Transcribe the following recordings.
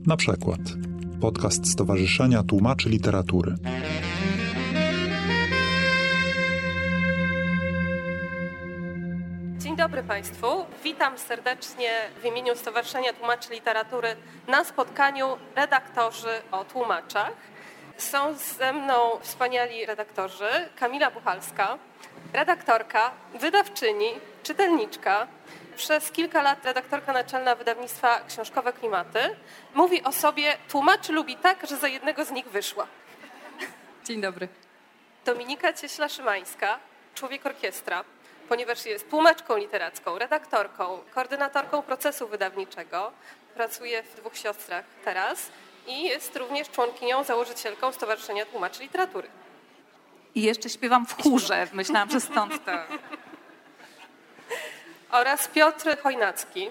Na przykład podcast Stowarzyszenia Tłumaczy Literatury. Dzień dobry Państwu. Witam serdecznie w imieniu Stowarzyszenia Tłumaczy Literatury na spotkaniu Redaktorzy o tłumaczach. Są ze mną wspaniali redaktorzy: Kamila Buchalska, redaktorka, wydawczyni, czytelniczka, przez kilka lat redaktorka naczelna wydawnictwa Książkowe Klimaty. Mówi o sobie: tłumaczy lubi tak, że za jednego z nich wyszła. Dzień dobry. Dominika Cieśla-Szymańska, człowiek orkiestra, ponieważ jest tłumaczką literacką, redaktorką, koordynatorką procesu wydawniczego. Pracuje w Dwóch Siostrach teraz i jest również członkinią, założycielką Stowarzyszenia Tłumaczy Literatury. I jeszcze śpiewam w chórze. Myślałam, że stąd to. Oraz Piotr Chojnacki,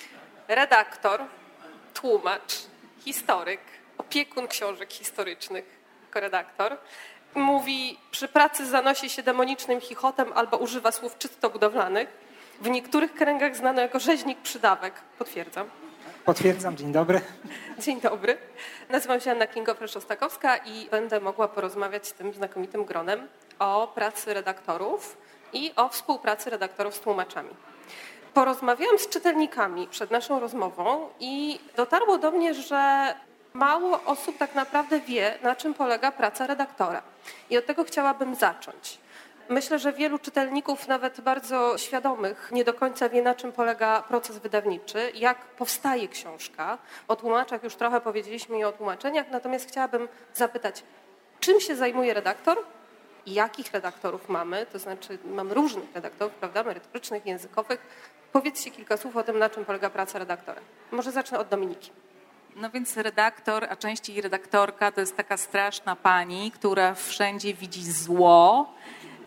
redaktor, tłumacz, historyk, opiekun książek historycznych, jako redaktor. Mówi: przy pracy zanosi się demonicznym chichotem albo używa słów czysto budowlanych. W niektórych kręgach znano jako rzeźnik przydawek. Potwierdzam. Potwierdzam, dzień dobry. Dzień dobry. Nazywam się Anna Kingofer-Szostakowska i będę mogła porozmawiać z tym znakomitym gronem o pracy redaktorów i o współpracy redaktorów z tłumaczami. Porozmawiałam z czytelnikami przed naszą rozmową i dotarło do mnie, że mało osób tak naprawdę wie, na czym polega praca redaktora. I od tego chciałabym zacząć. Myślę, że wielu czytelników, nawet bardzo świadomych, nie do końca wie, na czym polega proces wydawniczy, jak powstaje książka. O tłumaczach już trochę powiedzieliśmy i o tłumaczeniach, natomiast chciałabym zapytać, czym się zajmuje redaktor i jakich redaktorów mamy, to znaczy mamy różnych redaktorów, prawda, merytorycznych, językowych. Powiedzcie kilka słów o tym, na czym polega praca redaktora. Może zacznę od Dominiki. No więc redaktor, a częściej redaktorka, to jest taka straszna pani, która wszędzie widzi zło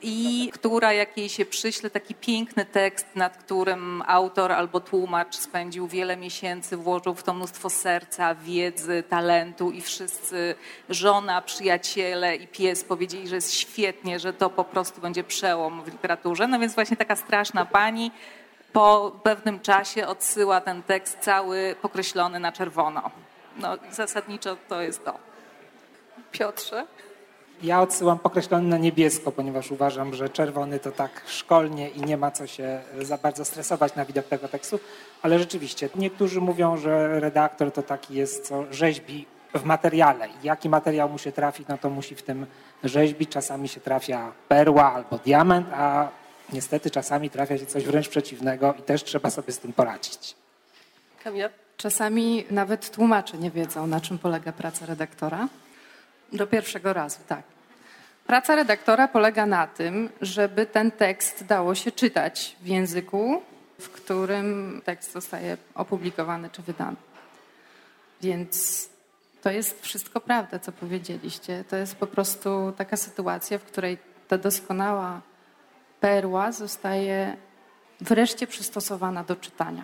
i która, jak jej się przyśle taki piękny tekst, nad którym autor albo tłumacz spędził wiele miesięcy, włożył w to mnóstwo serca, wiedzy, talentu i wszyscy, żona, przyjaciele i pies powiedzieli, że jest świetnie, że to po prostu będzie przełom w literaturze. No więc właśnie taka straszna pani po pewnym czasie odsyła ten tekst cały pokreślony na czerwono. No zasadniczo to jest to. Piotrze? Ja odsyłam pokreślony na niebiesko, ponieważ uważam, że czerwony to tak szkolnie i nie ma co się za bardzo stresować na widok tego tekstu. Ale rzeczywiście, niektórzy mówią, że redaktor to taki jest, co rzeźbi w materiale. I jaki materiał mu się trafi, no to musi w tym rzeźbić. Czasami się trafia perła albo diament, a niestety czasami trafia się coś wręcz przeciwnego i też trzeba sobie z tym poradzić. Kamila? Czasami nawet tłumacze nie wiedzą, na czym polega praca redaktora. Do pierwszego razu, tak. Praca redaktora polega na tym, żeby ten tekst dało się czytać w języku, w którym tekst zostaje opublikowany czy wydany. Więc to jest wszystko prawda, co powiedzieliście. To jest po prostu taka sytuacja, w której ta doskonała perła zostaje wreszcie przystosowana do czytania.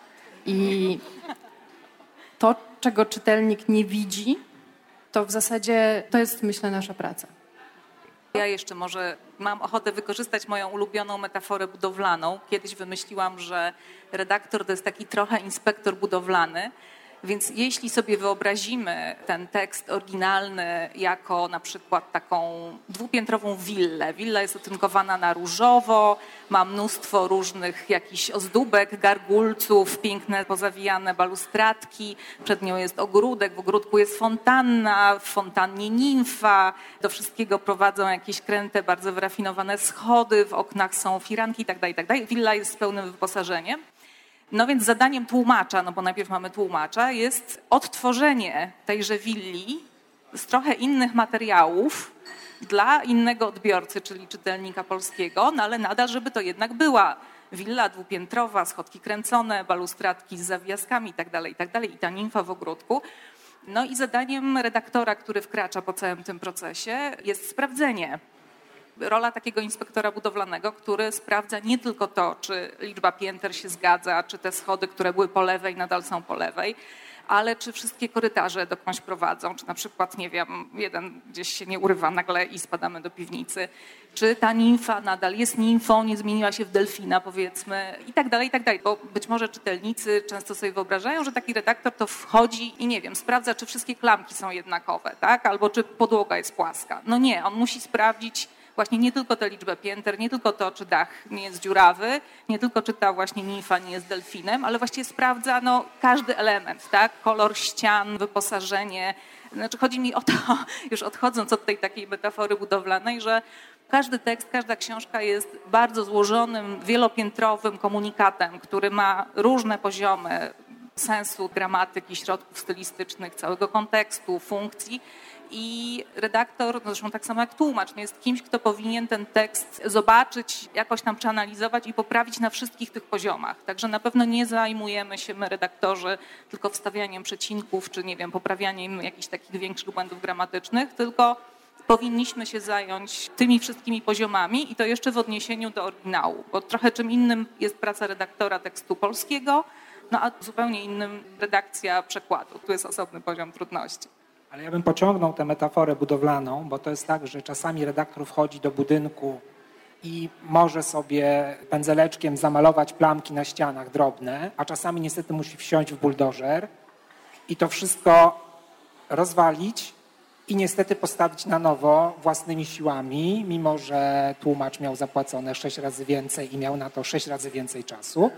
I to, czego czytelnik nie widzi, to w zasadzie to jest, myślę, nasza praca. Ja jeszcze może mam ochotę wykorzystać moją ulubioną metaforę budowlaną. Kiedyś wymyśliłam, że redaktor to jest taki trochę inspektor budowlany. Więc jeśli sobie wyobrazimy ten tekst oryginalny jako na przykład taką dwupiętrową willę. Willa jest otynkowana na różowo, ma mnóstwo różnych jakichś ozdóbek, gargulców, piękne pozawijane balustradki. Przed nią jest ogródek, w ogródku jest fontanna, w fontannie nimfa. Do wszystkiego prowadzą jakieś kręte, bardzo wyrafinowane schody, w oknach są firanki itd., itd. Willa jest z pełnym wyposażeniem. No więc zadaniem tłumacza, no bo najpierw mamy tłumacza, jest odtworzenie tejże willi z trochę innych materiałów dla innego odbiorcy, czyli czytelnika polskiego, no ale nadal, żeby to jednak była willa dwupiętrowa, schodki kręcone, balustradki z zawijaskami itd. I ta nimfa w ogródku. No i zadaniem redaktora, który wkracza po całym tym procesie, jest sprawdzenie. Rola takiego inspektora budowlanego, który sprawdza nie tylko to, czy liczba pięter się zgadza, czy te schody, które były po lewej, nadal są po lewej, ale czy wszystkie korytarze dokądś prowadzą, czy na przykład, nie wiem, jeden gdzieś się nie urywa nagle i spadamy do piwnicy, czy ta nimfa nadal jest nimfą, nie zmieniła się w delfina, powiedzmy, i tak dalej, bo być może czytelnicy często sobie wyobrażają, że taki redaktor to wchodzi i nie wiem, sprawdza, czy wszystkie klamki są jednakowe, tak, albo czy podłoga jest płaska. No nie, on musi sprawdzić właśnie nie tylko tę liczbę pięter, nie tylko to, czy dach nie jest dziurawy, nie tylko czy ta właśnie nimfa nie jest delfinem, ale właściwie sprawdza każdy element, tak? Kolor ścian, wyposażenie. Znaczy chodzi mi o to, już odchodząc od tej takiej metafory budowlanej, że każdy tekst, każda książka jest bardzo złożonym, wielopiętrowym komunikatem, który ma różne poziomy sensu, gramatyki, środków stylistycznych, całego kontekstu, funkcji. I redaktor, zresztą tak samo jak tłumacz, jest kimś, kto powinien ten tekst zobaczyć, jakoś tam przeanalizować i poprawić na wszystkich tych poziomach. Także na pewno nie zajmujemy się my, redaktorzy, tylko wstawianiem przecinków, czy nie wiem, poprawianiem jakichś takich większych błędów gramatycznych, tylko powinniśmy się zająć tymi wszystkimi poziomami i to jeszcze w odniesieniu do oryginału, bo trochę czym innym jest praca redaktora tekstu polskiego, a zupełnie innym redakcja przekładu. Tu jest osobny poziom trudności. Ale ja bym pociągnął tę metaforę budowlaną, bo to jest tak, że czasami redaktor wchodzi do budynku i może sobie pędzeleczkiem zamalować plamki na ścianach drobne, a czasami niestety musi wsiąść w buldożer i to wszystko rozwalić i niestety postawić na nowo własnymi siłami, mimo że tłumacz miał zapłacone 6 razy więcej i miał na to 6 razy więcej czasu.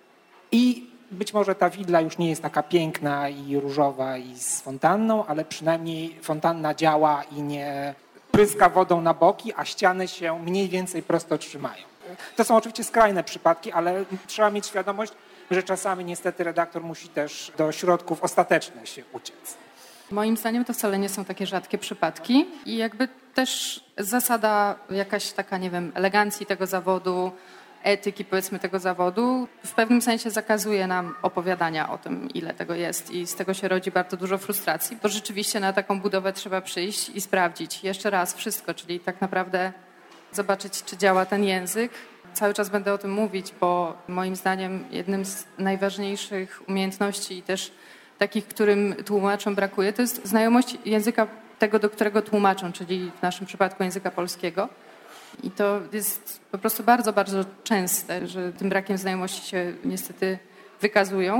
I być może ta willa już nie jest taka piękna i różowa i z fontanną, ale przynajmniej fontanna działa i nie pryska wodą na boki, a ściany się mniej więcej prosto trzymają. To są oczywiście skrajne przypadki, ale trzeba mieć świadomość, że czasami niestety redaktor musi też do środków ostatecznych się uciec. Moim zdaniem to wcale nie są takie rzadkie przypadki i jakby też zasada jakaś taka, nie wiem, elegancji tego zawodu, etyki powiedzmy tego zawodu w pewnym sensie zakazuje nam opowiadania o tym, ile tego jest i z tego się rodzi bardzo dużo frustracji, bo rzeczywiście na taką budowę trzeba przyjść i sprawdzić jeszcze raz wszystko, czyli tak naprawdę zobaczyć, czy działa ten język. Cały czas będę o tym mówić, bo moim zdaniem jednym z najważniejszych umiejętności i też takich, którym tłumaczom brakuje, to jest znajomość języka tego, do którego tłumaczą, czyli w naszym przypadku języka polskiego. I to jest po prostu bardzo, bardzo częste, że tym brakiem znajomości się niestety wykazują.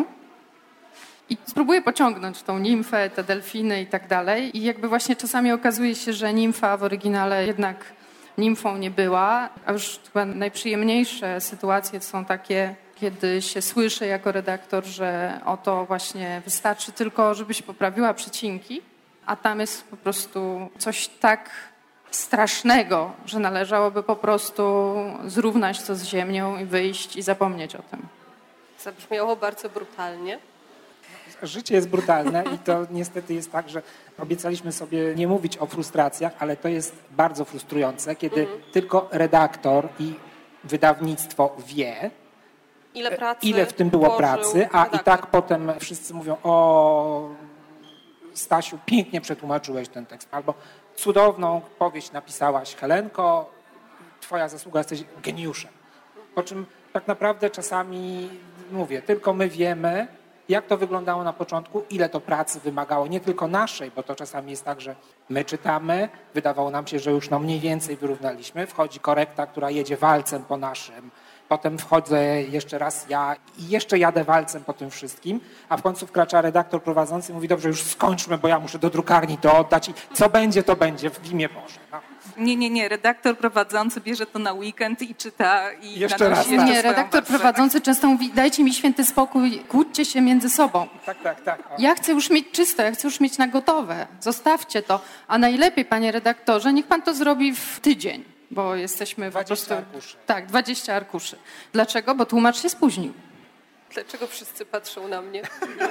I spróbuję pociągnąć tą nimfę, te delfiny i tak dalej. I jakby właśnie czasami okazuje się, że nimfa w oryginale jednak nimfą nie była. A już chyba najprzyjemniejsze sytuacje są takie, kiedy się słyszy jako redaktor, że oto właśnie wystarczy tylko, żebyś poprawiła przecinki, a tam jest po prostu coś tak strasznego, że należałoby po prostu zrównać to z ziemią i wyjść i zapomnieć o tym. Zabrzmiało bardzo brutalnie. Życie jest brutalne i to niestety jest tak, że obiecaliśmy sobie nie mówić o frustracjach, ale to jest bardzo frustrujące, kiedy tylko redaktor i wydawnictwo wie, ile w tym było pracy, a i tak potem wszyscy mówią: o Stasiu, pięknie przetłumaczyłeś ten tekst, albo cudowną powieść napisałaś, Helenko, twoja zasługa, jesteś geniuszem. Po czym tak naprawdę czasami, mówię, tylko my wiemy, jak to wyglądało na początku, ile to pracy wymagało, nie tylko naszej, bo to czasami jest tak, że my czytamy, wydawało nam się, że już mniej więcej wyrównaliśmy, wchodzi korekta, która jedzie walcem po naszym, potem wchodzę jeszcze raz ja i jeszcze jadę walcem po tym wszystkim, a w końcu wkracza redaktor prowadzący i mówi: dobrze, już skończmy, bo ja muszę do drukarni to oddać i co będzie, to będzie, w imię Boże. No. Nie. Redaktor prowadzący bierze to na weekend i czyta i jeszcze raz. Nie, redaktor prowadzący często mówi: dajcie mi święty spokój, kłóćcie się między sobą. Tak. Ja chcę już mieć czysto, ja chcę już mieć na gotowe. Zostawcie to. A najlepiej, panie redaktorze, niech pan to zrobi w tydzień, bo jesteśmy 20 po prostu... arkuszy. Tak, 20 arkuszy. Dlaczego? Bo tłumacz się spóźnił. Dlaczego wszyscy patrzą na mnie?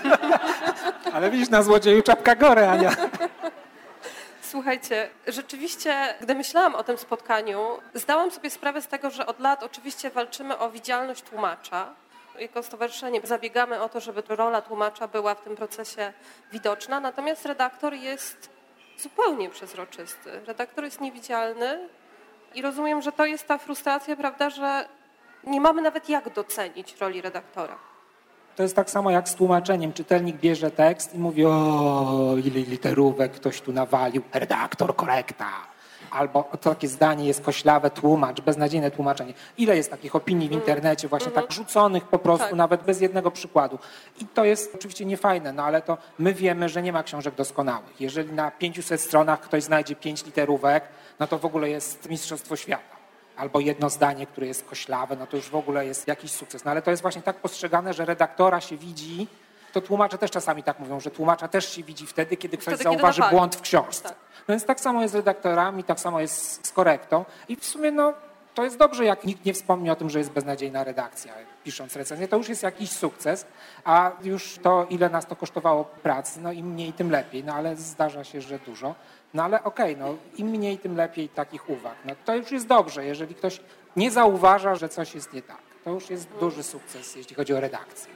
Ale widzisz, na złodzieju czapka gory, Ania. Słuchajcie, rzeczywiście, gdy myślałam o tym spotkaniu, zdałam sobie sprawę z tego, że od lat oczywiście walczymy o widzialność tłumacza. Jako stowarzyszenie zabiegamy o to, żeby rola tłumacza była w tym procesie widoczna, natomiast redaktor jest zupełnie przezroczysty. Redaktor jest niewidzialny i rozumiem, że to jest ta frustracja, prawda, że nie mamy nawet jak docenić roli redaktora. To jest tak samo jak z tłumaczeniem. Czytelnik bierze tekst i mówi: o, ile literówek ktoś tu nawalił, redaktor, korekta. Albo takie zdanie jest koślawe, tłumacz, beznadziejne tłumaczenie. Ile jest takich opinii w internecie właśnie tak rzuconych po prostu, nawet bez jednego przykładu. I to jest oczywiście niefajne, no ale to my wiemy, że nie ma książek doskonałych. Jeżeli na 500 stronach ktoś znajdzie 5 literówek, no to w ogóle jest mistrzostwo świata. Albo jedno zdanie, które jest koślawe, no to już w ogóle jest jakiś sukces. No ale to jest właśnie tak postrzegane, że redaktora się widzi, to tłumacze też czasami tak mówią, że tłumacza też się widzi wtedy, kiedy ktoś zauważy błąd w książce. Tak. No więc tak samo jest z redaktorami, tak samo jest z korektą i w sumie no to jest dobrze, jak nikt nie wspomni o tym, że jest beznadziejna redakcja, pisząc recenzję, to już jest jakiś sukces, a już to, ile nas to kosztowało pracy, no im mniej, tym lepiej, no ale zdarza się, że dużo, no ale okej, no im mniej, tym lepiej takich uwag. No to już jest dobrze, jeżeli ktoś nie zauważa, że coś jest nie tak, to już jest duży sukces, jeśli chodzi o redakcję.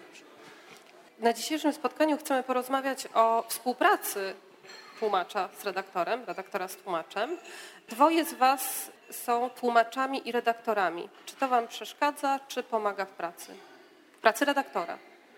Na dzisiejszym spotkaniu chcemy porozmawiać o współpracy tłumacza z redaktorem, redaktora z tłumaczem. Dwoje z was są tłumaczami i redaktorami. Czy to wam przeszkadza, czy pomaga w pracy? W pracy redaktora.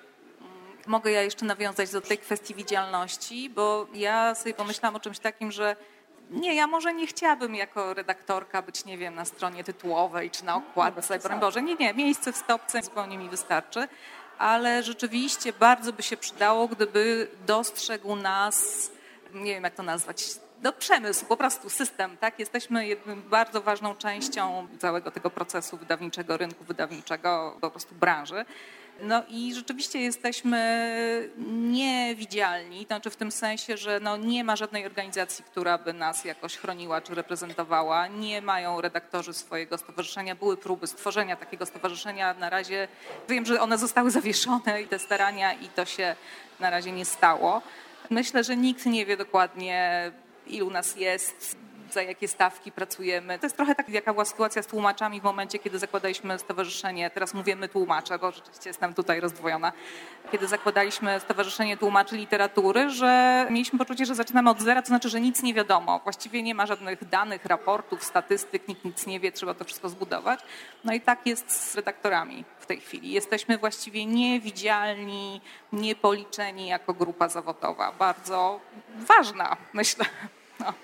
Mogę ja jeszcze nawiązać do tej kwestii widzialności, bo ja sobie pomyślałam o czymś takim, że ja może nie chciałabym jako redaktorka być, nie wiem, na stronie tytułowej czy na okładce. Broń Boże, nie, miejsce w stopce zupełnie mi wystarczy. Ale rzeczywiście bardzo by się przydało, gdyby dostrzegł nas, nie wiem jak to nazwać, przemysł, po prostu system, tak? Jesteśmy bardzo ważną częścią całego tego procesu wydawniczego, rynku wydawniczego, po prostu branży. No i rzeczywiście jesteśmy niewidzialni, to znaczy w tym sensie, że nie ma żadnej organizacji, która by nas jakoś chroniła czy reprezentowała. Nie mają redaktorzy swojego stowarzyszenia. Były próby stworzenia takiego stowarzyszenia. Na razie wiem, że one zostały zawieszone i te starania i to się na razie nie stało. Myślę, że nikt nie wie dokładnie, ilu nas jest, za jakie stawki pracujemy. To jest trochę tak, jaka była sytuacja z tłumaczami w momencie, kiedy zakładaliśmy stowarzyszenie, teraz mówimy tłumacze, bo rzeczywiście jestem tutaj rozdwojona, kiedy zakładaliśmy Stowarzyszenie Tłumaczy Literatury, że mieliśmy poczucie, że zaczynamy od zera, to znaczy, że nic nie wiadomo. Właściwie nie ma żadnych danych, raportów, statystyk, nikt nic nie wie, trzeba to wszystko zbudować. No i tak jest z redaktorami w tej chwili. Jesteśmy właściwie niewidzialni, niepoliczeni jako grupa zawodowa. Bardzo ważna, myślę. No.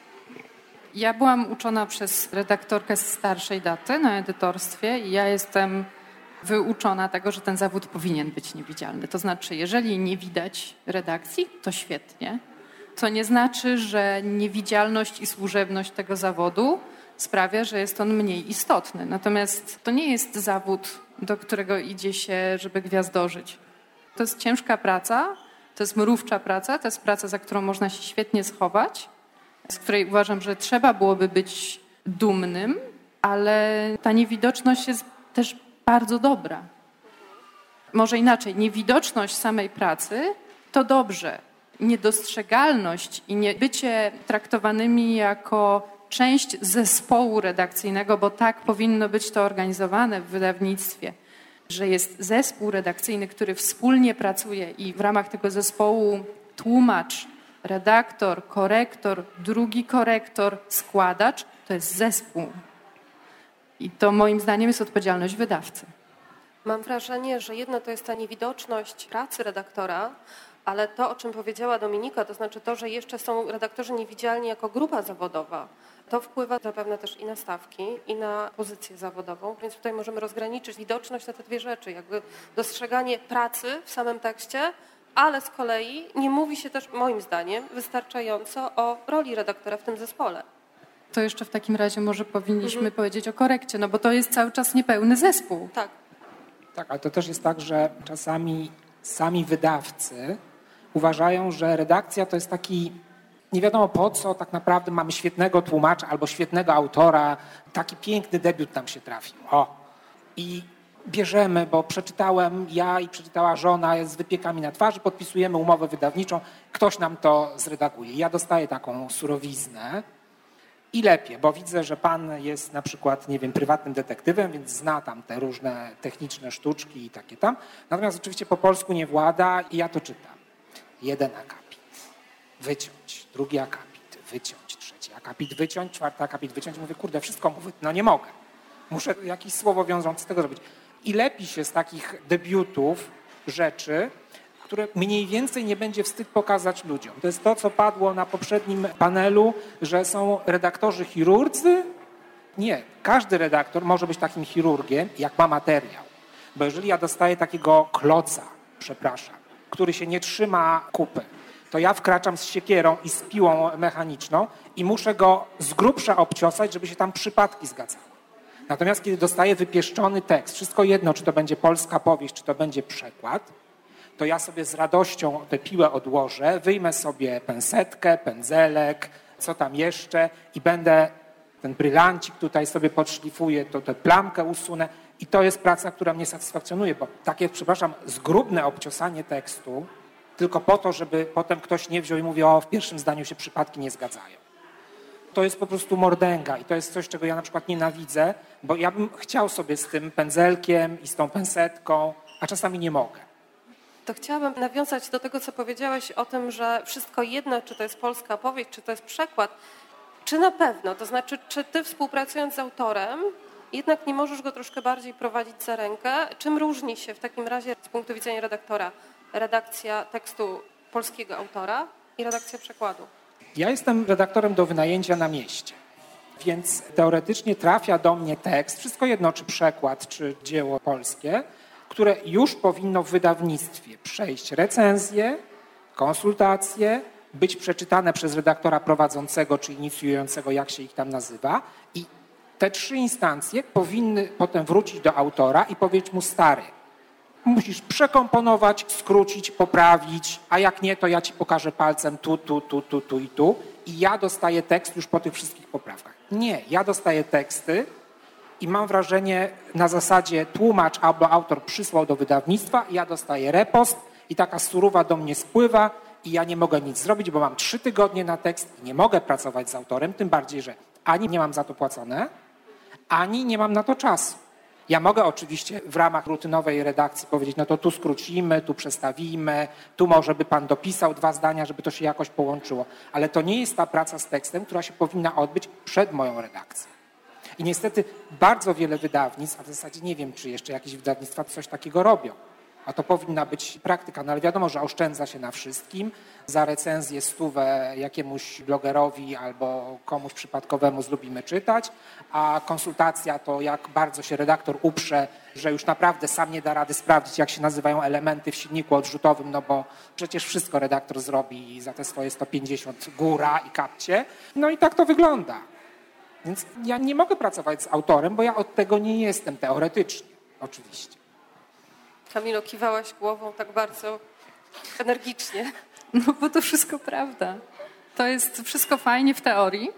Ja byłam uczona przez redaktorkę z starszej daty na edytorstwie i ja jestem wyuczona tego, że ten zawód powinien być niewidzialny. To znaczy, jeżeli nie widać redakcji, to świetnie. To nie znaczy, że niewidzialność i służebność tego zawodu sprawia, że jest on mniej istotny. Natomiast to nie jest zawód, do którego idzie się, żeby gwiazdożyć. To jest ciężka praca, to jest mrówcza praca, to jest praca, za którą można się świetnie schować, z której uważam, że trzeba byłoby być dumnym, ale ta niewidoczność jest też bardzo dobra. Może inaczej, niewidoczność samej pracy to dobrze. Niedostrzegalność i niebycie traktowanymi jako część zespołu redakcyjnego, bo tak powinno być to organizowane w wydawnictwie, że jest zespół redakcyjny, który wspólnie pracuje i w ramach tego zespołu tłumacz, redaktor, korektor, drugi korektor, składacz, to jest zespół. I to moim zdaniem jest odpowiedzialność wydawcy. Mam wrażenie, że jedno to jest ta niewidoczność pracy redaktora, ale to, o czym powiedziała Dominika, to znaczy to, że jeszcze są redaktorzy niewidzialni jako grupa zawodowa, to wpływa zapewne też i na stawki, i na pozycję zawodową, więc tutaj możemy rozgraniczyć widoczność na te dwie rzeczy, jakby dostrzeganie pracy w samym tekście, ale z kolei nie mówi się też, moim zdaniem, wystarczająco o roli redaktora w tym zespole. To jeszcze w takim razie może powinniśmy powiedzieć o korekcie, no bo to jest cały czas niepełny zespół. Tak. Tak, ale to też jest tak, że czasami sami wydawcy uważają, że redakcja to jest taki, nie wiadomo po co, tak naprawdę mamy świetnego tłumacza albo świetnego autora, taki piękny debiut nam się trafił. I bierzemy, bo przeczytałem ja i przeczytała żona z wypiekami na twarzy, podpisujemy umowę wydawniczą, ktoś nam to zredaguje. Ja dostaję taką surowiznę i lepiej, bo widzę, że pan jest na przykład, nie wiem, prywatnym detektywem, więc zna tam te różne techniczne sztuczki i takie tam. Natomiast oczywiście po polsku nie włada i ja to czytam. 1 akapit, wyciąć, 2 akapit, wyciąć, 3 akapit, wyciąć, 4 akapit, wyciąć. Mówię, kurde, wszystko mówię, no nie mogę. Muszę jakieś słowo wiążące z tego zrobić. I lepi się z takich debiutów rzeczy, które mniej więcej nie będzie wstyd pokazać ludziom. To jest to, co padło na poprzednim panelu, że są redaktorzy chirurdzy. Nie, każdy redaktor może być takim chirurgiem, jak ma materiał. Bo jeżeli ja dostaję takiego kloca, który się nie trzyma kupy, to ja wkraczam z siekierą i z piłą mechaniczną i muszę go z grubsza obciosać, żeby się tam przypadki zgadzały. Natomiast kiedy dostaję wypieszczony tekst, wszystko jedno, czy to będzie polska powieść, czy to będzie przekład, to ja sobie z radością tę piłę odłożę, wyjmę sobie pensetkę, pędzelek, co tam jeszcze i będę ten brylancik tutaj sobie podszlifuję, to tę plamkę usunę i to jest praca, która mnie satysfakcjonuje, bo takie, zgrubne obciosanie tekstu tylko po to, żeby potem ktoś nie wziął i mówił, o, w pierwszym zdaniu się przypadki nie zgadzają. To jest po prostu mordęga i to jest coś, czego ja na przykład nienawidzę, bo ja bym chciał sobie z tym pędzelkiem i z tą pensetką, a czasami nie mogę. To chciałabym nawiązać do tego, co powiedziałeś o tym, że wszystko jedno, czy to jest polska powieść, czy to jest przekład, czy na pewno, to znaczy, czy ty współpracując z autorem, jednak nie możesz go troszkę bardziej prowadzić za rękę? Czym różni się w takim razie z punktu widzenia redaktora redakcja tekstu polskiego autora i redakcja przekładu? Ja jestem redaktorem do wynajęcia na mieście, więc teoretycznie trafia do mnie tekst, wszystko jedno czy przekład, czy dzieło polskie, które już powinno w wydawnictwie przejść recenzję, konsultacje, być przeczytane przez redaktora prowadzącego czy inicjującego, jak się ich tam nazywa, i te 3 instancje powinny potem wrócić do autora i powiedzieć mu, stary, musisz przekomponować, skrócić, poprawić, a jak nie, to ja ci pokażę palcem tu i tu i ja dostaję tekst już po tych wszystkich poprawkach. Nie, ja dostaję teksty i mam wrażenie na zasadzie tłumacz albo autor przysłał do wydawnictwa, ja dostaję repost i taka surowa do mnie spływa i ja nie mogę nic zrobić, bo mam 3 tygodnie na tekst i nie mogę pracować z autorem, tym bardziej, że ani nie mam za to płacone, ani nie mam na to czasu. Ja mogę oczywiście w ramach rutynowej redakcji powiedzieć, no to tu skrócimy, tu przestawimy, tu może by pan dopisał 2 zdania, żeby to się jakoś połączyło. Ale to nie jest ta praca z tekstem, która się powinna odbyć przed moją redakcją. I niestety bardzo wiele wydawnictw, a w zasadzie nie wiem, czy jeszcze jakieś wydawnictwa coś takiego robią. A to powinna być praktyka, no ale wiadomo, że oszczędza się na wszystkim. Za recenzję 100 jakiemuś blogerowi albo komuś przypadkowemu z lubimy czytać, a konsultacja to jak bardzo się redaktor uprze, że już naprawdę sam nie da rady sprawdzić, jak się nazywają elementy w silniku odrzutowym, no bo przecież wszystko redaktor zrobi za te swoje 150 góra i kapcie. No i tak to wygląda. Więc ja nie mogę pracować z autorem, bo ja od tego nie jestem teoretycznie, oczywiście. Kamilo, kiwałaś głową tak bardzo energicznie. No bo to wszystko prawda. To jest wszystko fajnie w teorii,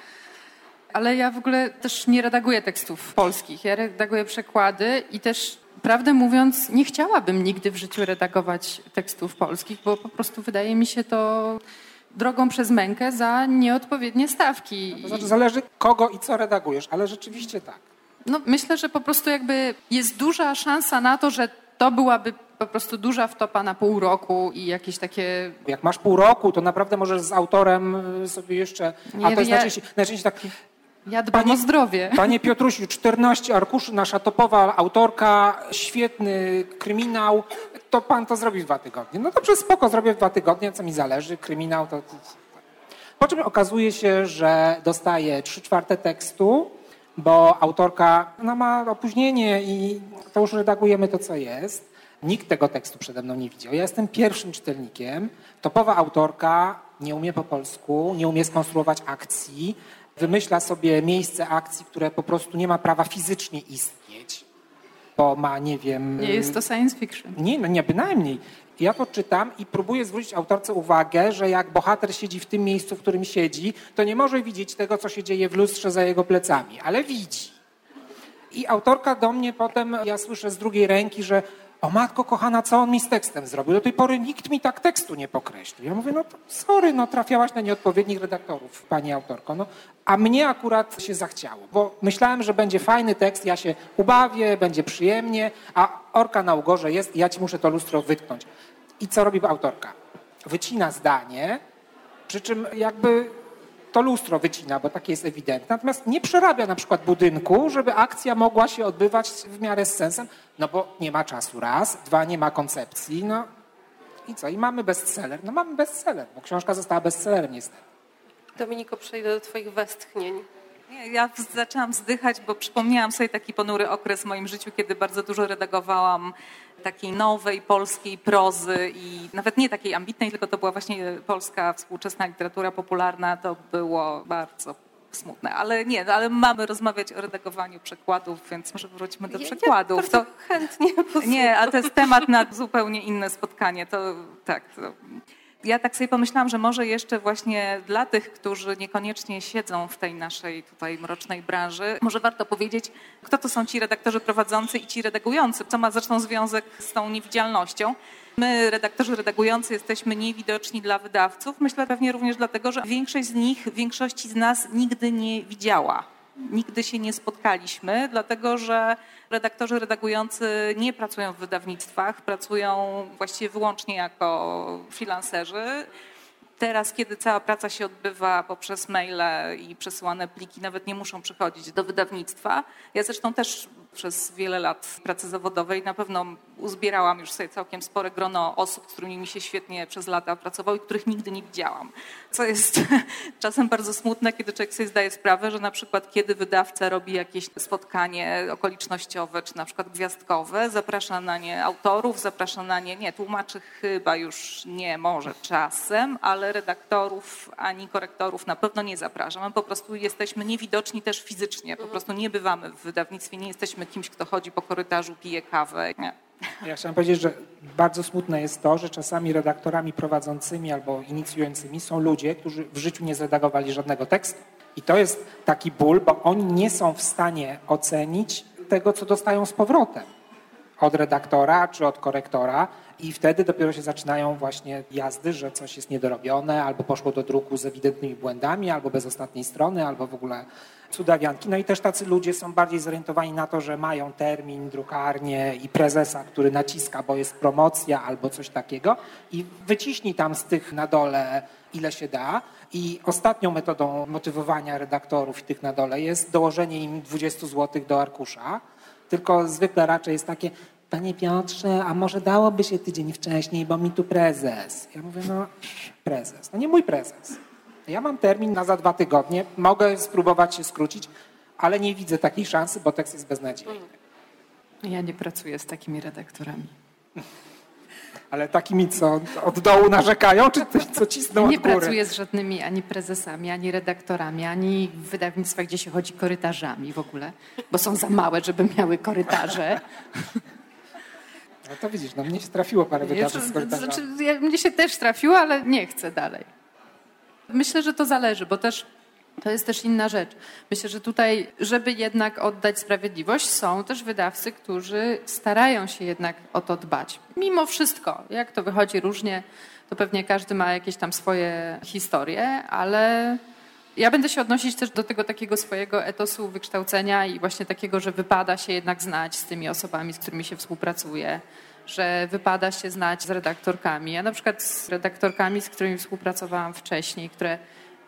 ale ja w ogóle też nie redaguję tekstów polskich. Ja redaguję przekłady i też, prawdę mówiąc, nie chciałabym nigdy w życiu redagować tekstów polskich, bo po prostu wydaje mi się to drogą przez mękę za nieodpowiednie stawki. No to znaczy zależy kogo i co redagujesz, ale rzeczywiście tak. No myślę, że po prostu jakby jest duża szansa na to, że to byłaby po prostu duża wtopa na pół roku i jakieś takie... Jak masz pół roku, to naprawdę możesz z autorem sobie jeszcze... A to jest najczęściej tak... Ja dbam o zdrowie. Panie Piotrusiu, 14 arkuszy, nasza topowa autorka, świetny kryminał, to pan to zrobi w 2 tygodnie. No dobrze, spoko, zrobię w 2 tygodnie, co mi zależy, kryminał to... Po czym okazuje się, że dostaję 3/4 tekstu, bo autorka ma opóźnienie i to już redagujemy to, co jest. Nikt tego tekstu przede mną nie widział. Ja jestem pierwszym czytelnikiem. Topowa autorka nie umie po polsku, nie umie skonstruować akcji, wymyśla sobie miejsce akcji, które po prostu nie ma prawa fizycznie istnieć, bo ma, nie wiem... Nie jest to science fiction. Nie, bynajmniej. Ja to czytam i próbuję zwrócić autorce uwagę, że jak bohater siedzi w tym miejscu, w którym siedzi, to nie może widzieć tego, co się dzieje w lustrze za jego plecami, ale widzi. I autorka do mnie potem, ja słyszę z drugiej ręki, że o matko kochana, co on mi z tekstem zrobił? Do tej pory nikt mi tak tekstu nie pokreślił. Ja mówię, no to sorry, no trafiałaś na nieodpowiednich redaktorów, pani autorko. No, a mnie akurat się zachciało, bo myślałem, że będzie fajny tekst, ja się ubawię, będzie przyjemnie, a orka na ugorze jest i ja ci muszę to lustro wytknąć. I co robi autorka? Wycina zdanie, przy czym jakby to lustro wycina, bo takie jest ewidentne, natomiast nie przerabia na przykład budynku, żeby akcja mogła się odbywać w miarę z sensem, no bo nie ma czasu raz, dwa, nie ma koncepcji, no i co? I mamy bestseller? No mamy bestseller, bo książka została bestsellerem niestety. Dominiko, przejdę do twoich westchnień. Nie, ja zaczęłam wzdychać, bo przypomniałam sobie taki ponury okres w moim życiu, kiedy bardzo dużo redagowałam takiej nowej polskiej prozy i nawet nie takiej ambitnej, tylko to była właśnie polska współczesna literatura popularna. To było bardzo smutne, ale nie, ale mamy rozmawiać o redagowaniu przekładów, więc może wróćmy do przekładów. Ja bardzo chętnie posłucham. Nie, a to jest temat na zupełnie inne spotkanie. To tak. Ja tak sobie pomyślałam, że może jeszcze właśnie dla tych, którzy niekoniecznie siedzą w tej naszej tutaj mrocznej branży, może warto powiedzieć, kto to są ci redaktorzy prowadzący i ci redagujący, co ma zresztą związek z tą niewidzialnością. My, redaktorzy redagujący, jesteśmy niewidoczni dla wydawców. Myślę pewnie również dlatego, że większości z nas nigdy nie widziała. Nigdy się nie spotkaliśmy, dlatego że redaktorzy redagujący nie pracują w wydawnictwach, pracują właściwie wyłącznie jako freelancerzy. Teraz, kiedy cała praca się odbywa poprzez maile i przesyłane pliki, nawet nie muszą przychodzić do wydawnictwa. Ja zresztą też przez wiele lat pracy zawodowej na pewno uzbierałam już sobie całkiem spore grono osób, z którymi mi się świetnie przez lata pracowało i których nigdy nie widziałam. Co jest czasem bardzo smutne, kiedy człowiek sobie zdaje sprawę, że na przykład kiedy wydawca robi jakieś spotkanie okolicznościowe czy na przykład gwiazdkowe, zaprasza na nie autorów, zaprasza na nie tłumaczy chyba już nie, może czasem, ale redaktorów ani korektorów na pewno nie zapraszam. My po prostu jesteśmy niewidoczni też fizycznie, po prostu nie bywamy w wydawnictwie, nie jesteśmy kimś, kto chodzi po korytarzu, pije kawę. Nie. Ja chciałem powiedzieć, że bardzo smutne jest to, że czasami redaktorami prowadzącymi albo inicjującymi są ludzie, którzy w życiu nie zredagowali żadnego tekstu. I to jest taki ból, bo oni nie są w stanie ocenić tego, co dostają z powrotem od redaktora czy od korektora i wtedy dopiero się zaczynają właśnie jazdy, że coś jest niedorobione albo poszło do druku z ewidentnymi błędami, albo bez ostatniej strony, albo w ogóle cudawianki. No i też tacy ludzie są bardziej zorientowani na to, że mają termin, drukarnię i prezesa, który naciska, bo jest promocja albo coś takiego i wyciśnij tam z tych na dole ile się da. I ostatnią metodą motywowania redaktorów i tych na dole jest dołożenie im 20 zł do arkusza, tylko zwykle raczej jest takie: Panie Piotrze, a może dałoby się tydzień wcześniej, bo mi tu prezes. Ja mówię, no prezes, no nie mój prezes. Ja mam termin na za 2 tygodnie, mogę spróbować się skrócić, ale nie widzę takiej szansy, bo tekst jest beznadziejny. Ja nie pracuję z takimi redaktorami. Ale takimi, co od dołu narzekają, czy co cisną od Nie góry? pracuję z żadnymi ani prezesami, ani redaktorami, ani w wydawnictwach, gdzie się chodzi korytarzami w ogóle, bo są za małe, żeby miały korytarze. No to widzisz, no mnie się trafiło parę wydarzeń z korytarzami. Znaczy, mnie się też trafiło, ale nie chcę dalej. Myślę, że to zależy, bo też to jest też inna rzecz. Myślę, że tutaj, żeby jednak oddać sprawiedliwość, są też wydawcy, którzy starają się jednak o to dbać. Mimo wszystko, jak to wychodzi różnie, to pewnie każdy ma jakieś tam swoje historie, ale ja będę się odnosić też do tego takiego swojego etosu wykształcenia i właśnie takiego, że wypada się jednak znać z tymi osobami, z którymi się współpracuje, że wypada się znać z redaktorkami. Ja na przykład z redaktorkami, z którymi współpracowałam wcześniej, które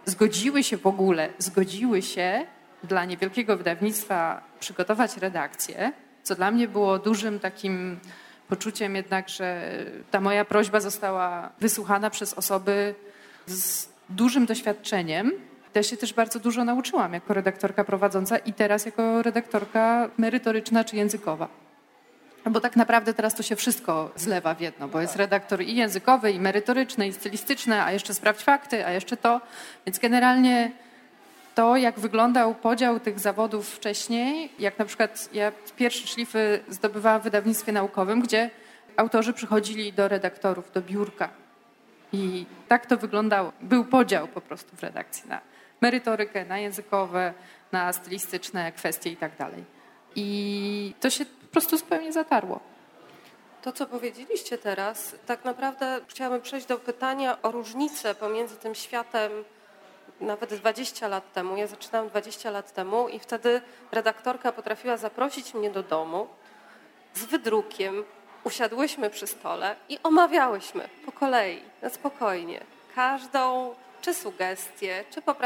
zgodziły się dla niewielkiego wydawnictwa przygotować redakcję, co dla mnie było dużym takim poczuciem jednak, że ta moja prośba została wysłuchana przez osoby z dużym doświadczeniem. Ja się też bardzo dużo nauczyłam jako redaktorka prowadząca i teraz jako redaktorka merytoryczna czy językowa. Bo tak naprawdę teraz to się wszystko zlewa w jedno, bo jest redaktor i językowy, i merytoryczny, i stylistyczny, a jeszcze sprawdź fakty, a jeszcze to. Więc generalnie to, jak wyglądał podział tych zawodów wcześniej, jak na przykład ja pierwsze szlify zdobywałam w wydawnictwie naukowym, gdzie autorzy przychodzili do redaktorów, do biurka. I tak to wyglądało. Był podział po prostu w redakcji na merytorykę, na językowe, na stylistyczne kwestie i tak dalej. I to się po prostu zupełnie zatarło. To, co powiedzieliście teraz, tak naprawdę chciałabym przejść do pytania o różnicę pomiędzy tym światem nawet 20 lat temu. Ja zaczynałam 20 lat temu i wtedy redaktorka potrafiła zaprosić mnie do domu z wydrukiem. Usiadłyśmy przy stole i omawiałyśmy po kolei, na spokojnie, każdą czy sugestię, czy poprawkę.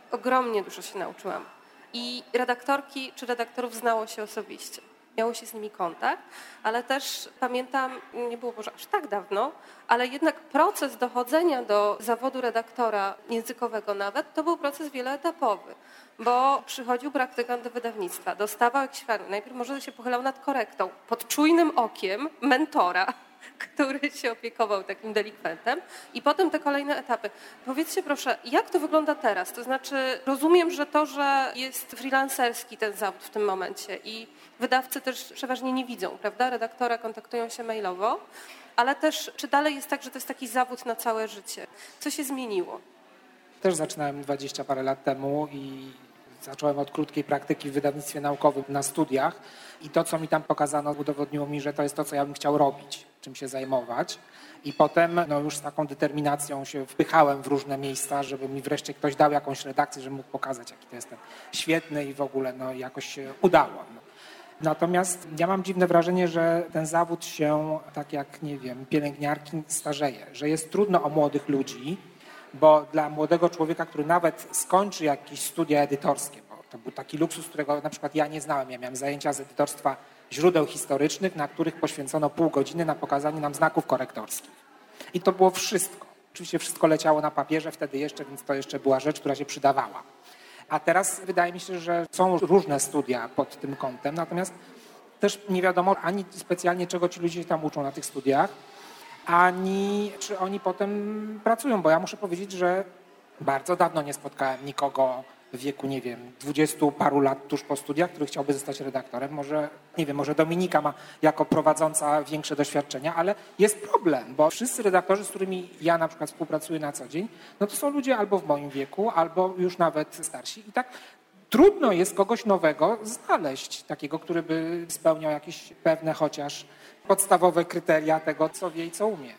ogromnie dużo się nauczyłam. I redaktorki czy redaktorów znało się osobiście. Miało się z nimi kontakt, ale też pamiętam, nie było może aż tak dawno, ale jednak proces dochodzenia do zawodu redaktora językowego nawet, to był proces wieloetapowy, bo przychodził praktykant do wydawnictwa, dostawał jakiś fragment, najpierw może się pochylał nad korektą, pod czujnym okiem mentora, który się opiekował takim delikwentem i potem te kolejne etapy. Powiedzcie proszę, jak to wygląda teraz? To znaczy rozumiem, że to, że jest freelancerski ten zawód w tym momencie i wydawcy też przeważnie nie widzą, prawda? Redaktora kontaktują się mailowo, ale też czy dalej jest tak, że to jest taki zawód na całe życie? Co się zmieniło? Też zaczynałem 20 parę lat temu i zacząłem od krótkiej praktyki w wydawnictwie naukowym na studiach i to, co mi tam pokazano, udowodniło mi, że to jest to, co ja bym chciał robić, czym się zajmować. I potem już z taką determinacją się wpychałem w różne miejsca, żeby mi wreszcie ktoś dał jakąś redakcję, żebym mógł pokazać, jaki to jestem świetny i w ogóle jakoś się udało. Natomiast ja mam dziwne wrażenie, że ten zawód się, tak jak, nie wiem, pielęgniarki starzeje, że jest trudno o młodych ludzi, bo dla młodego człowieka, który nawet skończy jakieś studia edytorskie, bo to był taki luksus, którego na przykład ja nie znałem. Ja miałem zajęcia z edytorstwa źródeł historycznych, na których poświęcono pół godziny na pokazanie nam znaków korektorskich. I to było wszystko. Oczywiście wszystko leciało na papierze wtedy jeszcze, więc to jeszcze była rzecz, która się przydawała. A teraz wydaje mi się, że są różne studia pod tym kątem, natomiast też nie wiadomo ani specjalnie, czego ci ludzie się tam uczą na tych studiach, ani czy oni potem pracują, bo ja muszę powiedzieć, że bardzo dawno nie spotkałem nikogo w wieku, nie wiem, 20 paru lat tuż po studiach, który chciałby zostać redaktorem. Może, nie wiem, może Dominika ma jako prowadząca większe doświadczenia, ale jest problem, bo wszyscy redaktorzy, z którymi ja na przykład współpracuję na co dzień, no to są ludzie albo w moim wieku, albo już nawet starsi i tak trudno jest kogoś nowego znaleźć, takiego, który by spełniał jakieś pewne chociaż podstawowe kryteria tego, co wie i co umie.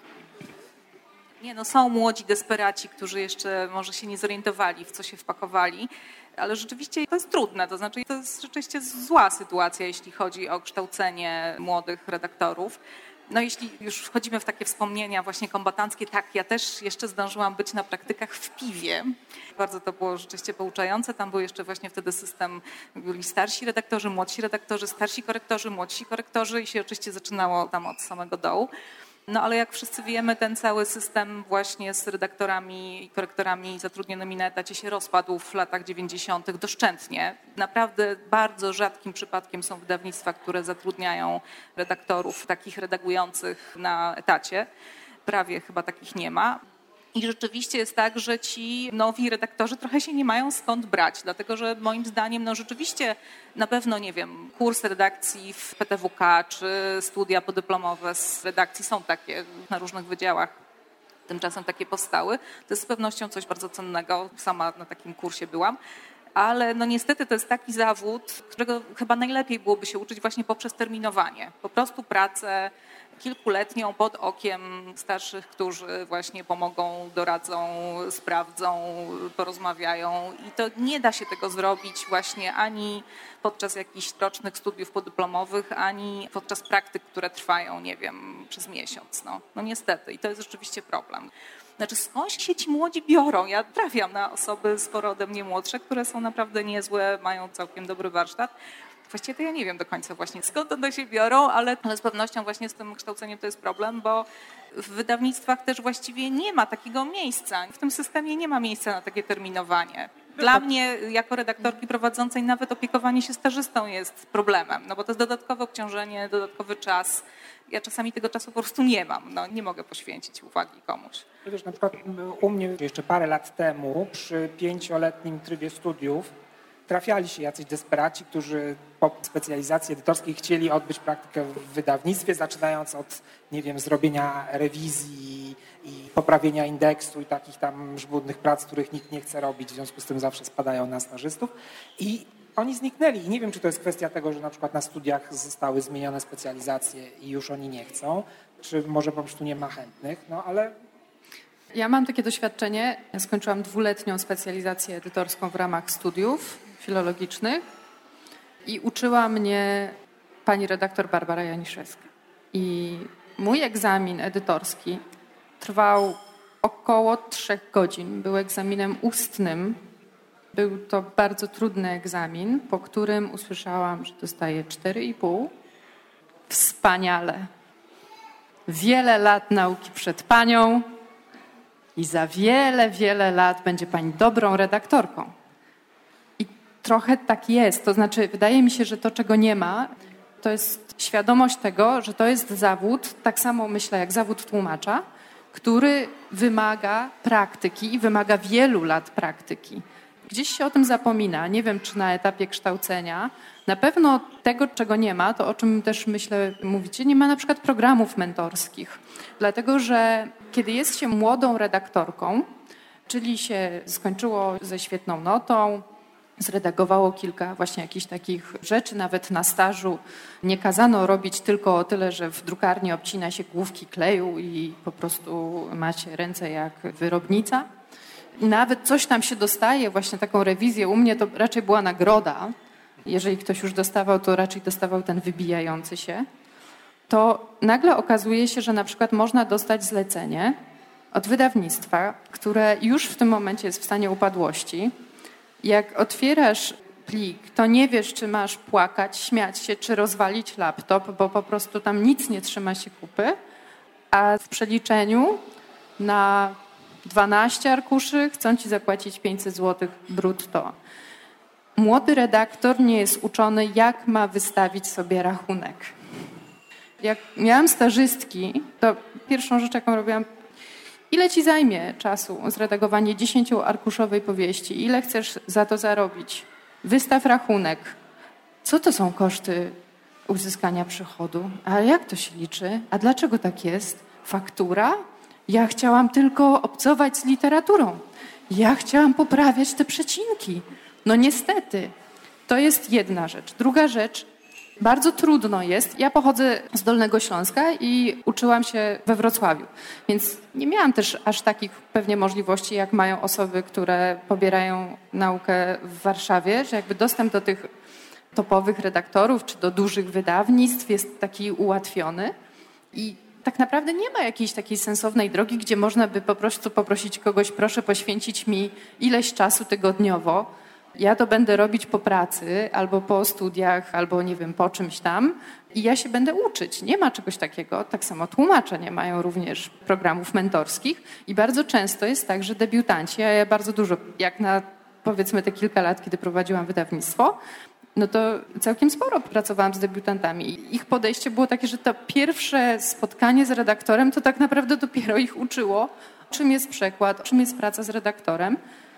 Nie, no są młodzi desperaci, którzy jeszcze może się nie zorientowali, w co się wpakowali, ale rzeczywiście to jest trudne, to znaczy to jest rzeczywiście zła sytuacja, jeśli chodzi o kształcenie młodych redaktorów. No jeśli już wchodzimy w takie wspomnienia właśnie kombatanckie, tak, ja też jeszcze zdążyłam być na praktykach w Piwie. Bardzo to było rzeczywiście pouczające. Tam był jeszcze właśnie wtedy system, byli starsi redaktorzy, młodsi redaktorzy, starsi korektorzy, młodsi korektorzy i się oczywiście zaczynało tam od samego dołu. No ale jak wszyscy wiemy, ten cały system właśnie z redaktorami i korektorami zatrudnionymi na etacie się rozpadł w latach 90. doszczętnie. Naprawdę bardzo rzadkim przypadkiem są wydawnictwa, które zatrudniają redaktorów takich redagujących na etacie. Prawie chyba takich nie ma. I rzeczywiście jest tak, że ci nowi redaktorzy trochę się nie mają skąd brać, dlatego że moim zdaniem no rzeczywiście na pewno, nie wiem, kurs redakcji w PTWK czy studia podyplomowe z redakcji są takie na różnych wydziałach. Tymczasem takie powstały. To jest z pewnością coś bardzo cennego. Sama na takim kursie byłam. Ale no niestety to jest taki zawód, którego chyba najlepiej byłoby się uczyć właśnie poprzez terminowanie. Po prostu pracę kilkuletnią pod okiem starszych, którzy właśnie pomogą, doradzą, sprawdzą, porozmawiają. I to nie da się tego zrobić właśnie ani podczas jakichś rocznych studiów podyplomowych, ani podczas praktyk, które trwają, nie wiem, przez miesiąc. No niestety i to jest rzeczywiście problem. Znaczy skąd się ci młodzi biorą? Ja trafiam na osoby sporo ode mnie młodsze, które są naprawdę niezłe, mają całkiem dobry warsztat. Właściwie to ja nie wiem do końca właśnie skąd one się biorą, ale z pewnością właśnie z tym kształceniem to jest problem, bo w wydawnictwach też właściwie nie ma takiego miejsca. W tym systemie nie ma miejsca na takie terminowanie. Dla mnie jako redaktorki prowadzącej nawet opiekowanie się stażystą jest problemem, no bo to jest dodatkowe obciążenie, dodatkowy czas. Ja czasami tego czasu po prostu nie mam, no nie mogę poświęcić uwagi komuś. Wiesz, na przykład u mnie jeszcze parę lat temu przy 5-letnim trybie studiów trafiali się jacyś desperaci, którzy po specjalizacji edytorskiej chcieli odbyć praktykę w wydawnictwie, zaczynając od, nie wiem, zrobienia rewizji i poprawienia indeksu i takich tam żmudnych prac, których nikt nie chce robić, w związku z tym zawsze spadają na stażystów. I oni zniknęli. I nie wiem, czy to jest kwestia tego, że na przykład na studiach zostały zmienione specjalizacje i już oni nie chcą, czy może po prostu nie ma chętnych, no ale... Ja mam takie doświadczenie. Ja skończyłam 2-letnią specjalizację edytorską w ramach studiów filologicznych i uczyła mnie pani redaktor Barbara Janiszewska. I mój egzamin edytorski trwał około 3 godzin. Był egzaminem ustnym Był to bardzo trudny egzamin, po którym usłyszałam, że dostaję 4,5. Wspaniale. Wiele lat nauki przed panią i za wiele, wiele lat będzie pani dobrą redaktorką. I trochę tak jest. To znaczy, wydaje mi się, że to, czego nie ma, to jest świadomość tego, że to jest zawód, tak samo myślę jak zawód tłumacza, który wymaga praktyki i wymaga wielu lat praktyki. Gdzieś się o tym zapomina, nie wiem czy na etapie kształcenia. Na pewno tego, czego nie ma, to o czym też myślę mówicie, nie ma na przykład programów mentorskich. Dlatego, że kiedy jest się młodą redaktorką, czyli się skończyło ze świetną notą, zredagowało kilka właśnie jakichś takich rzeczy, nawet na stażu nie kazano robić tylko o tyle, że w drukarni obcina się główki kleju i po prostu macie ręce jak wyrobnica. Nawet coś tam się dostaje, właśnie taką rewizję. U mnie to raczej była nagroda. Jeżeli ktoś już dostawał, to raczej dostawał ten wybijający się. To nagle okazuje się, że na przykład można dostać zlecenie od wydawnictwa, które już w tym momencie jest w stanie upadłości. Jak otwierasz plik, to nie wiesz, czy masz płakać, śmiać się, czy rozwalić laptop, bo po prostu tam nic nie trzyma się kupy, a w przeliczeniu na 12 arkuszy chcą ci zapłacić 500 zł brutto. Młody redaktor nie jest uczony, jak ma wystawić sobie rachunek. Jak miałam stażystki, to pierwszą rzecz, jaką robiłam, ile ci zajmie czasu zredagowanie 10-arkuszowej powieści? Ile chcesz za to zarobić? Wystaw rachunek. Co to są koszty uzyskania przychodu? A jak to się liczy? A dlaczego tak jest? Faktura? Ja chciałam tylko obcować z literaturą. Ja chciałam poprawiać te przecinki. No niestety. To jest jedna rzecz. Druga rzecz, bardzo trudno jest. Ja pochodzę z Dolnego Śląska i uczyłam się we Wrocławiu, więc nie miałam też aż takich pewnie możliwości, jak mają osoby, które pobierają naukę w Warszawie, że jakby dostęp do tych topowych redaktorów czy do dużych wydawnictw jest taki ułatwiony i tak naprawdę nie ma jakiejś takiej sensownej drogi, gdzie można by po prostu poprosić kogoś, proszę poświęcić mi ileś czasu tygodniowo. Ja to będę robić po pracy, albo po studiach, albo nie wiem, po czymś tam i ja się będę uczyć. Nie ma czegoś takiego. Tak samo tłumacze nie mają również programów mentorskich i bardzo często jest tak, że debiutanci, a ja bardzo dużo, jak na powiedzmy te kilka lat, kiedy prowadziłam wydawnictwo, no to całkiem sporo pracowałam z debiutantami. Ich podejście było takie, że to pierwsze spotkanie z redaktorem to tak naprawdę dopiero ich uczyło, czym jest przekład, czym jest praca z redaktorem.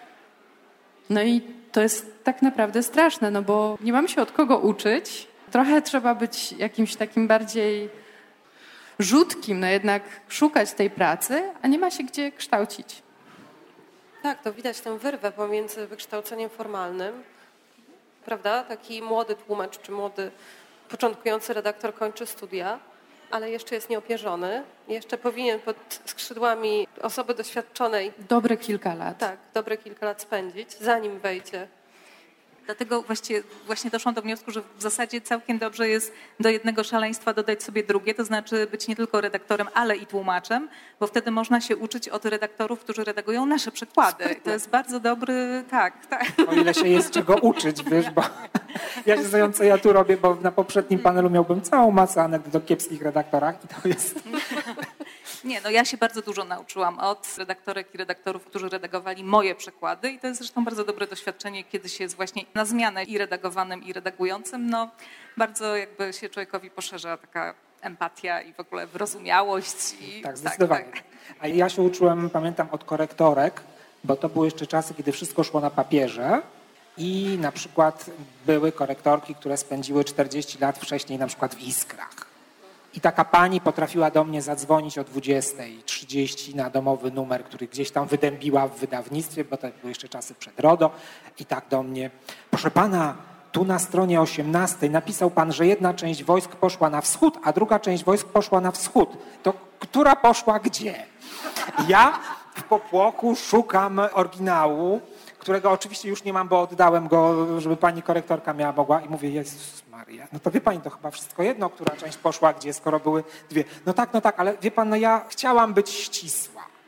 No i to jest tak naprawdę straszne, no bo nie mam się od kogo uczyć. Trochę trzeba być jakimś takim bardziej rzutkim, no jednak szukać tej pracy, a nie ma się gdzie kształcić. Tak, to widać tę wyrwę pomiędzy wykształceniem formalnym, prawda? Taki młody tłumacz czy młody początkujący redaktor kończy studia, ale jeszcze jest nieopierzony. Jeszcze powinien pod skrzydłami osoby doświadczonej dobre kilka lat. Tak, dobre kilka lat spędzić, zanim wejdzie. Dlatego właśnie doszłam do wniosku, że w zasadzie całkiem dobrze jest do jednego szaleństwa dodać sobie drugie, to znaczy być nie tylko redaktorem, ale i tłumaczem, bo wtedy można się uczyć od redaktorów, którzy redagują nasze przekłady. To jest bardzo dobry, tak. O ile się jest czego uczyć, wiesz, bo ja się zająłem, co ja tu robię, bo na poprzednim panelu miałbym całą masę anegdot o kiepskich redaktorach i to jest... Nie, no ja się bardzo dużo nauczyłam od redaktorek i redaktorów, którzy redagowali moje przekłady i to jest zresztą bardzo dobre doświadczenie, kiedy się jest właśnie na zmianę i redagowanym, i redagującym. No bardzo jakby się człowiekowi poszerza taka empatia i w ogóle wyrozumiałość. Tak, zdecydowanie. Tak. A ja się uczyłem, pamiętam, od korektorek, bo to były jeszcze czasy, kiedy wszystko szło na papierze i na przykład były korektorki, które spędziły 40 lat wcześniej na przykład w Iskrach. I taka pani potrafiła do mnie zadzwonić o 20:30 na domowy numer, który gdzieś tam wydębiła w wydawnictwie, bo to były jeszcze czasy przed RODO. I tak do mnie, proszę pana, tu na stronie 18 napisał pan, że jedna część wojsk poszła na wschód, a druga część wojsk poszła na wschód. To która poszła gdzie? Ja w popłochu szukam oryginału, którego oczywiście już nie mam, bo oddałem go, żeby pani korektorka mogła i mówię, Jezus Maria, no to wie pani, to chyba wszystko jedno, która część poszła gdzie, skoro były dwie. No tak, ale wie pan, no ja chciałam być ścisła.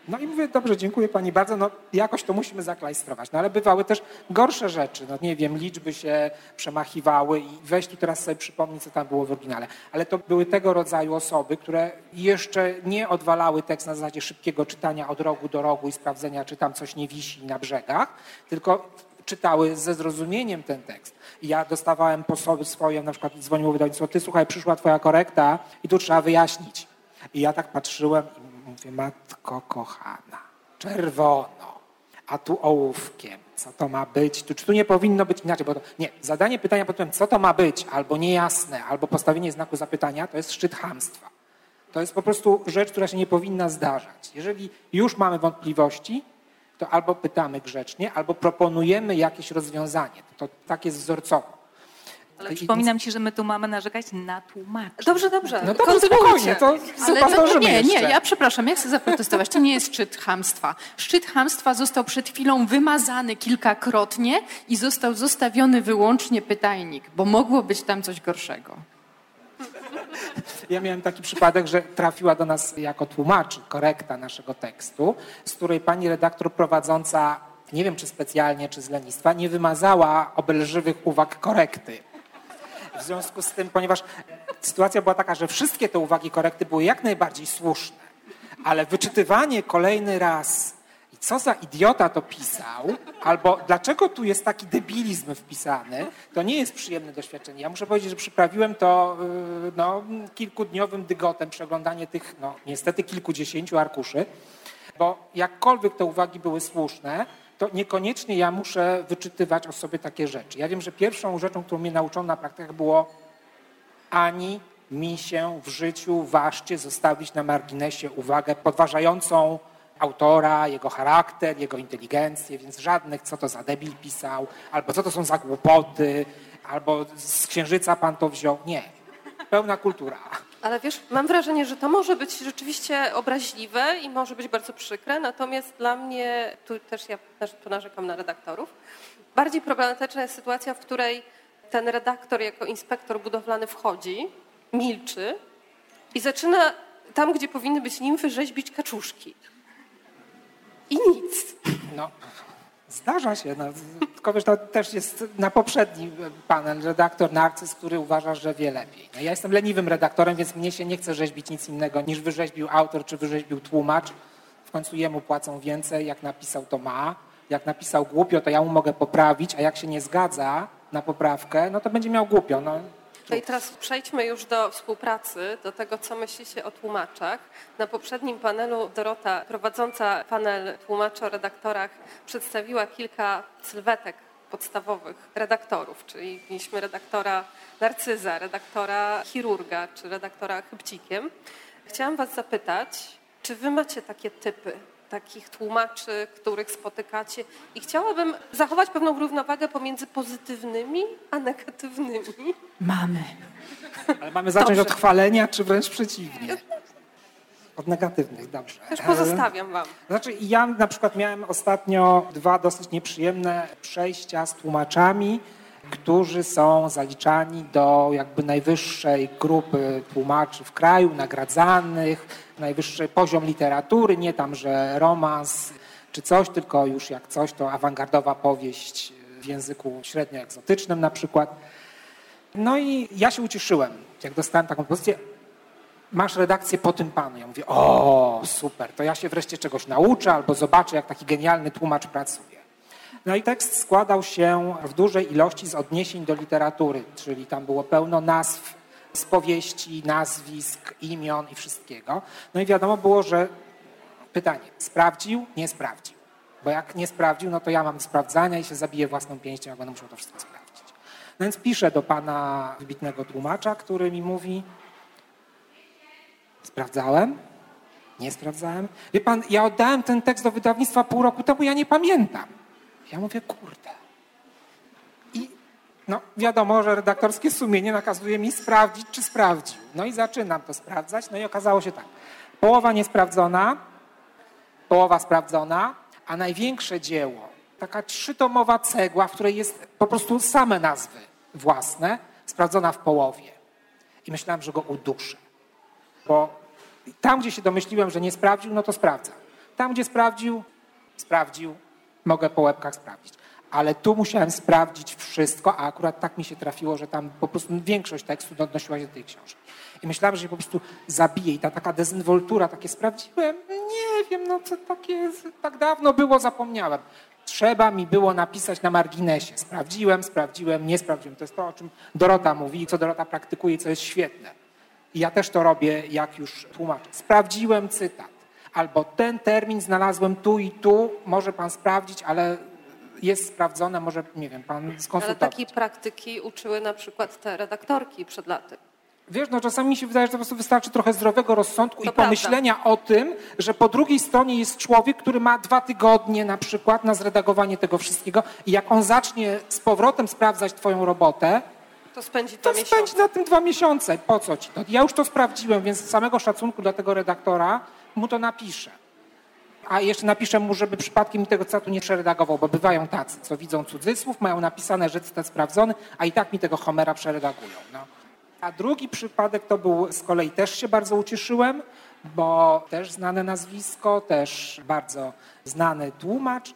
No i mówię, dobrze, dziękuję pani bardzo, no jakoś to musimy zaklajstrować. No ale bywały też gorsze rzeczy, no nie wiem, liczby się przemachiwały i weź tu teraz sobie przypomnij, co tam było w oryginale. Ale to były tego rodzaju osoby, które jeszcze nie odwalały tekst na zasadzie szybkiego czytania od rogu do rogu i sprawdzenia, czy tam coś nie wisi na brzegach, tylko czytały ze zrozumieniem ten tekst. I ja dostawałem posoby swoje, na przykład dzwoniło wydawnictwo, ty słuchaj, przyszła twoja korekta i tu trzeba wyjaśnić. I ja tak patrzyłem i mówię, matko kochana, czerwono, a tu ołówkiem, co to ma być? Czy tu nie powinno być inaczej? Bo to, nie, zadanie pytania pod tytułem, co to ma być, albo niejasne, albo postawienie znaku zapytania, to jest szczyt chamstwa. To jest po prostu rzecz, która się nie powinna zdarzać. Jeżeli już mamy wątpliwości, to albo pytamy grzecznie, albo proponujemy jakieś rozwiązanie. To tak jest wzorcowo. Ale przypominam ci, że my tu mamy narzekać na tłumaczy. Dobrze. No dobrze, spokojnie, to Nie, ja przepraszam, ja chcę zaprotestować. To nie jest szczyt chamstwa. Szczyt chamstwa został przed chwilą wymazany kilkakrotnie i został zostawiony wyłącznie pytajnik, bo mogło być tam coś gorszego. Ja miałem taki przypadek, że trafiła do nas jako tłumacz korekta naszego tekstu, z której pani redaktor prowadząca, nie wiem czy specjalnie, czy z lenistwa, nie wymazała obelżywych uwag korekty. W związku z tym, ponieważ sytuacja była taka, że wszystkie te uwagi korekty były jak najbardziej słuszne, ale wyczytywanie kolejny raz i co za idiota to pisał, albo dlaczego tu jest taki debilizm wpisany, to nie jest przyjemne doświadczenie. Ja muszę powiedzieć, że przyprawiłem to kilkudniowym dygotem przeglądanie tych niestety kilkudziesięciu arkuszy, bo jakkolwiek te uwagi były słuszne, to niekoniecznie ja muszę wyczytywać o sobie takie rzeczy. Ja wiem, że pierwszą rzeczą, którą mnie nauczono na praktykach było ani mi się w życiu ważcie zostawić na marginesie uwagę podważającą autora, jego charakter, jego inteligencję, więc żadnych co to za debil pisał, albo co to są za głupoty, albo z księżyca pan to wziął. Nie. Pełna kultura. Ale wiesz, mam wrażenie, że to może być rzeczywiście obraźliwe i może być bardzo przykre, natomiast dla mnie, tu też ja tu narzekam na redaktorów, bardziej problematyczna jest sytuacja, w której ten redaktor jako inspektor budowlany wchodzi, milczy i zaczyna tam, gdzie powinny być nimfy, rzeźbić kaczuszki. I nic. No, zdarza się. Tylko wiesz, to też jest na poprzedni panel redaktor Narcyz, który uważa, że wie lepiej. No, ja jestem leniwym redaktorem, więc mnie się nie chce rzeźbić nic innego niż wyrzeźbił autor czy wyrzeźbił tłumacz. W końcu jemu płacą więcej. Jak napisał, to ma. Jak napisał głupio, to ja mu mogę poprawić, a jak się nie zgadza na poprawkę, no to będzie miał głupio. I teraz przejdźmy już do współpracy, do tego, co myślicie o tłumaczach. Na poprzednim panelu Dorota, prowadząca panel tłumaczy o redaktorach, przedstawiła kilka sylwetek podstawowych redaktorów, czyli mieliśmy redaktora Narcyza, redaktora chirurga czy redaktora chybcikiem. Chciałam was zapytać, czy wy macie takie typy takich tłumaczy, których spotykacie i chciałabym zachować pewną równowagę pomiędzy pozytywnymi a negatywnymi. Mamy. Ale mamy zacząć od chwalenia, czy wręcz przeciwnie? Od negatywnych, dobrze. Też pozostawiam wam. Znaczy ja na przykład miałem ostatnio 2 dosyć nieprzyjemne przejścia z tłumaczami, którzy są zaliczani do jakby najwyższej grupy tłumaczy w kraju, nagradzanych, najwyższy poziom literatury, nie tam, że romans czy coś, tylko już jak coś, to awangardowa powieść w języku średnio egzotycznym na przykład. No i ja się ucieszyłem, jak dostałem taką pozycję. Masz redakcję po tym panu. Ja mówię, o super, to ja się wreszcie czegoś nauczę albo zobaczę, jak taki genialny tłumacz pracuje. No i tekst składał się w dużej ilości z odniesień do literatury, czyli tam było pełno nazw z powieści, nazwisk, imion i wszystkiego. No i wiadomo było, że pytanie, sprawdził, nie sprawdził. Bo jak nie sprawdził, no to ja mam do sprawdzania i się zabiję własną pięścią, jak będę musiał to wszystko sprawdzić. No więc piszę do pana wybitnego tłumacza, który mi mówi, sprawdzałem, nie sprawdzałem. Wie pan, ja oddałem ten tekst do wydawnictwa pół roku temu, ja nie pamiętam. Ja mówię, kurde. I wiadomo, że redaktorskie sumienie nakazuje mi sprawdzić, czy sprawdził. No i zaczynam to sprawdzać, no i okazało się tak. Połowa niesprawdzona, połowa sprawdzona, a największe dzieło, taka 3-tomowa cegła, w której jest po prostu same nazwy własne, sprawdzona w połowie. I myślałem, że go uduszę. Bo tam, gdzie się domyśliłem, że nie sprawdził, no to sprawdzam. Tam, gdzie sprawdził, mogę po łebkach sprawdzić. Ale tu musiałem sprawdzić wszystko, a akurat tak mi się trafiło, że tam po prostu większość tekstu odnosiła się do tej książki. I myślałem, że się po prostu zabije i ta taka dezynwoltura, takie sprawdziłem, nie wiem, no co takie, tak dawno było, zapomniałem. Trzeba mi było napisać na marginesie. Sprawdziłem, nie sprawdziłem. To jest to, o czym Dorota mówi, co Dorota praktykuje, co jest świetne. I ja też to robię, jak już tłumaczę. Sprawdziłem cytat. Albo ten termin znalazłem tu i tu, może pan sprawdzić, ale jest sprawdzone, może, nie wiem, pan skonsultować. Ale takiej praktyki uczyły na przykład te redaktorki przed laty. Wiesz, no czasami mi się wydaje, że to po prostu wystarczy trochę zdrowego rozsądku to i pomyślenia o tym, że po drugiej stronie jest człowiek, który ma 2 tygodnie na przykład na zredagowanie tego wszystkiego i jak on zacznie z powrotem sprawdzać twoją robotę, to spędzi 2 miesiące. Spędzi na tym 2 miesiące. Po co ci to? Ja już to sprawdziłem, więc z samego szacunku dla tego redaktora mu to napiszę. A jeszcze napiszę mu, żeby przypadkiem mi tego cytatu nie przeredagował, bo bywają tacy, co widzą cudzysłów, mają napisane, że cytat sprawdzony, a i tak mi tego Homera przeredagują. No. A drugi przypadek to był, z kolei też się bardzo ucieszyłem, bo też znane nazwisko, też bardzo znany tłumacz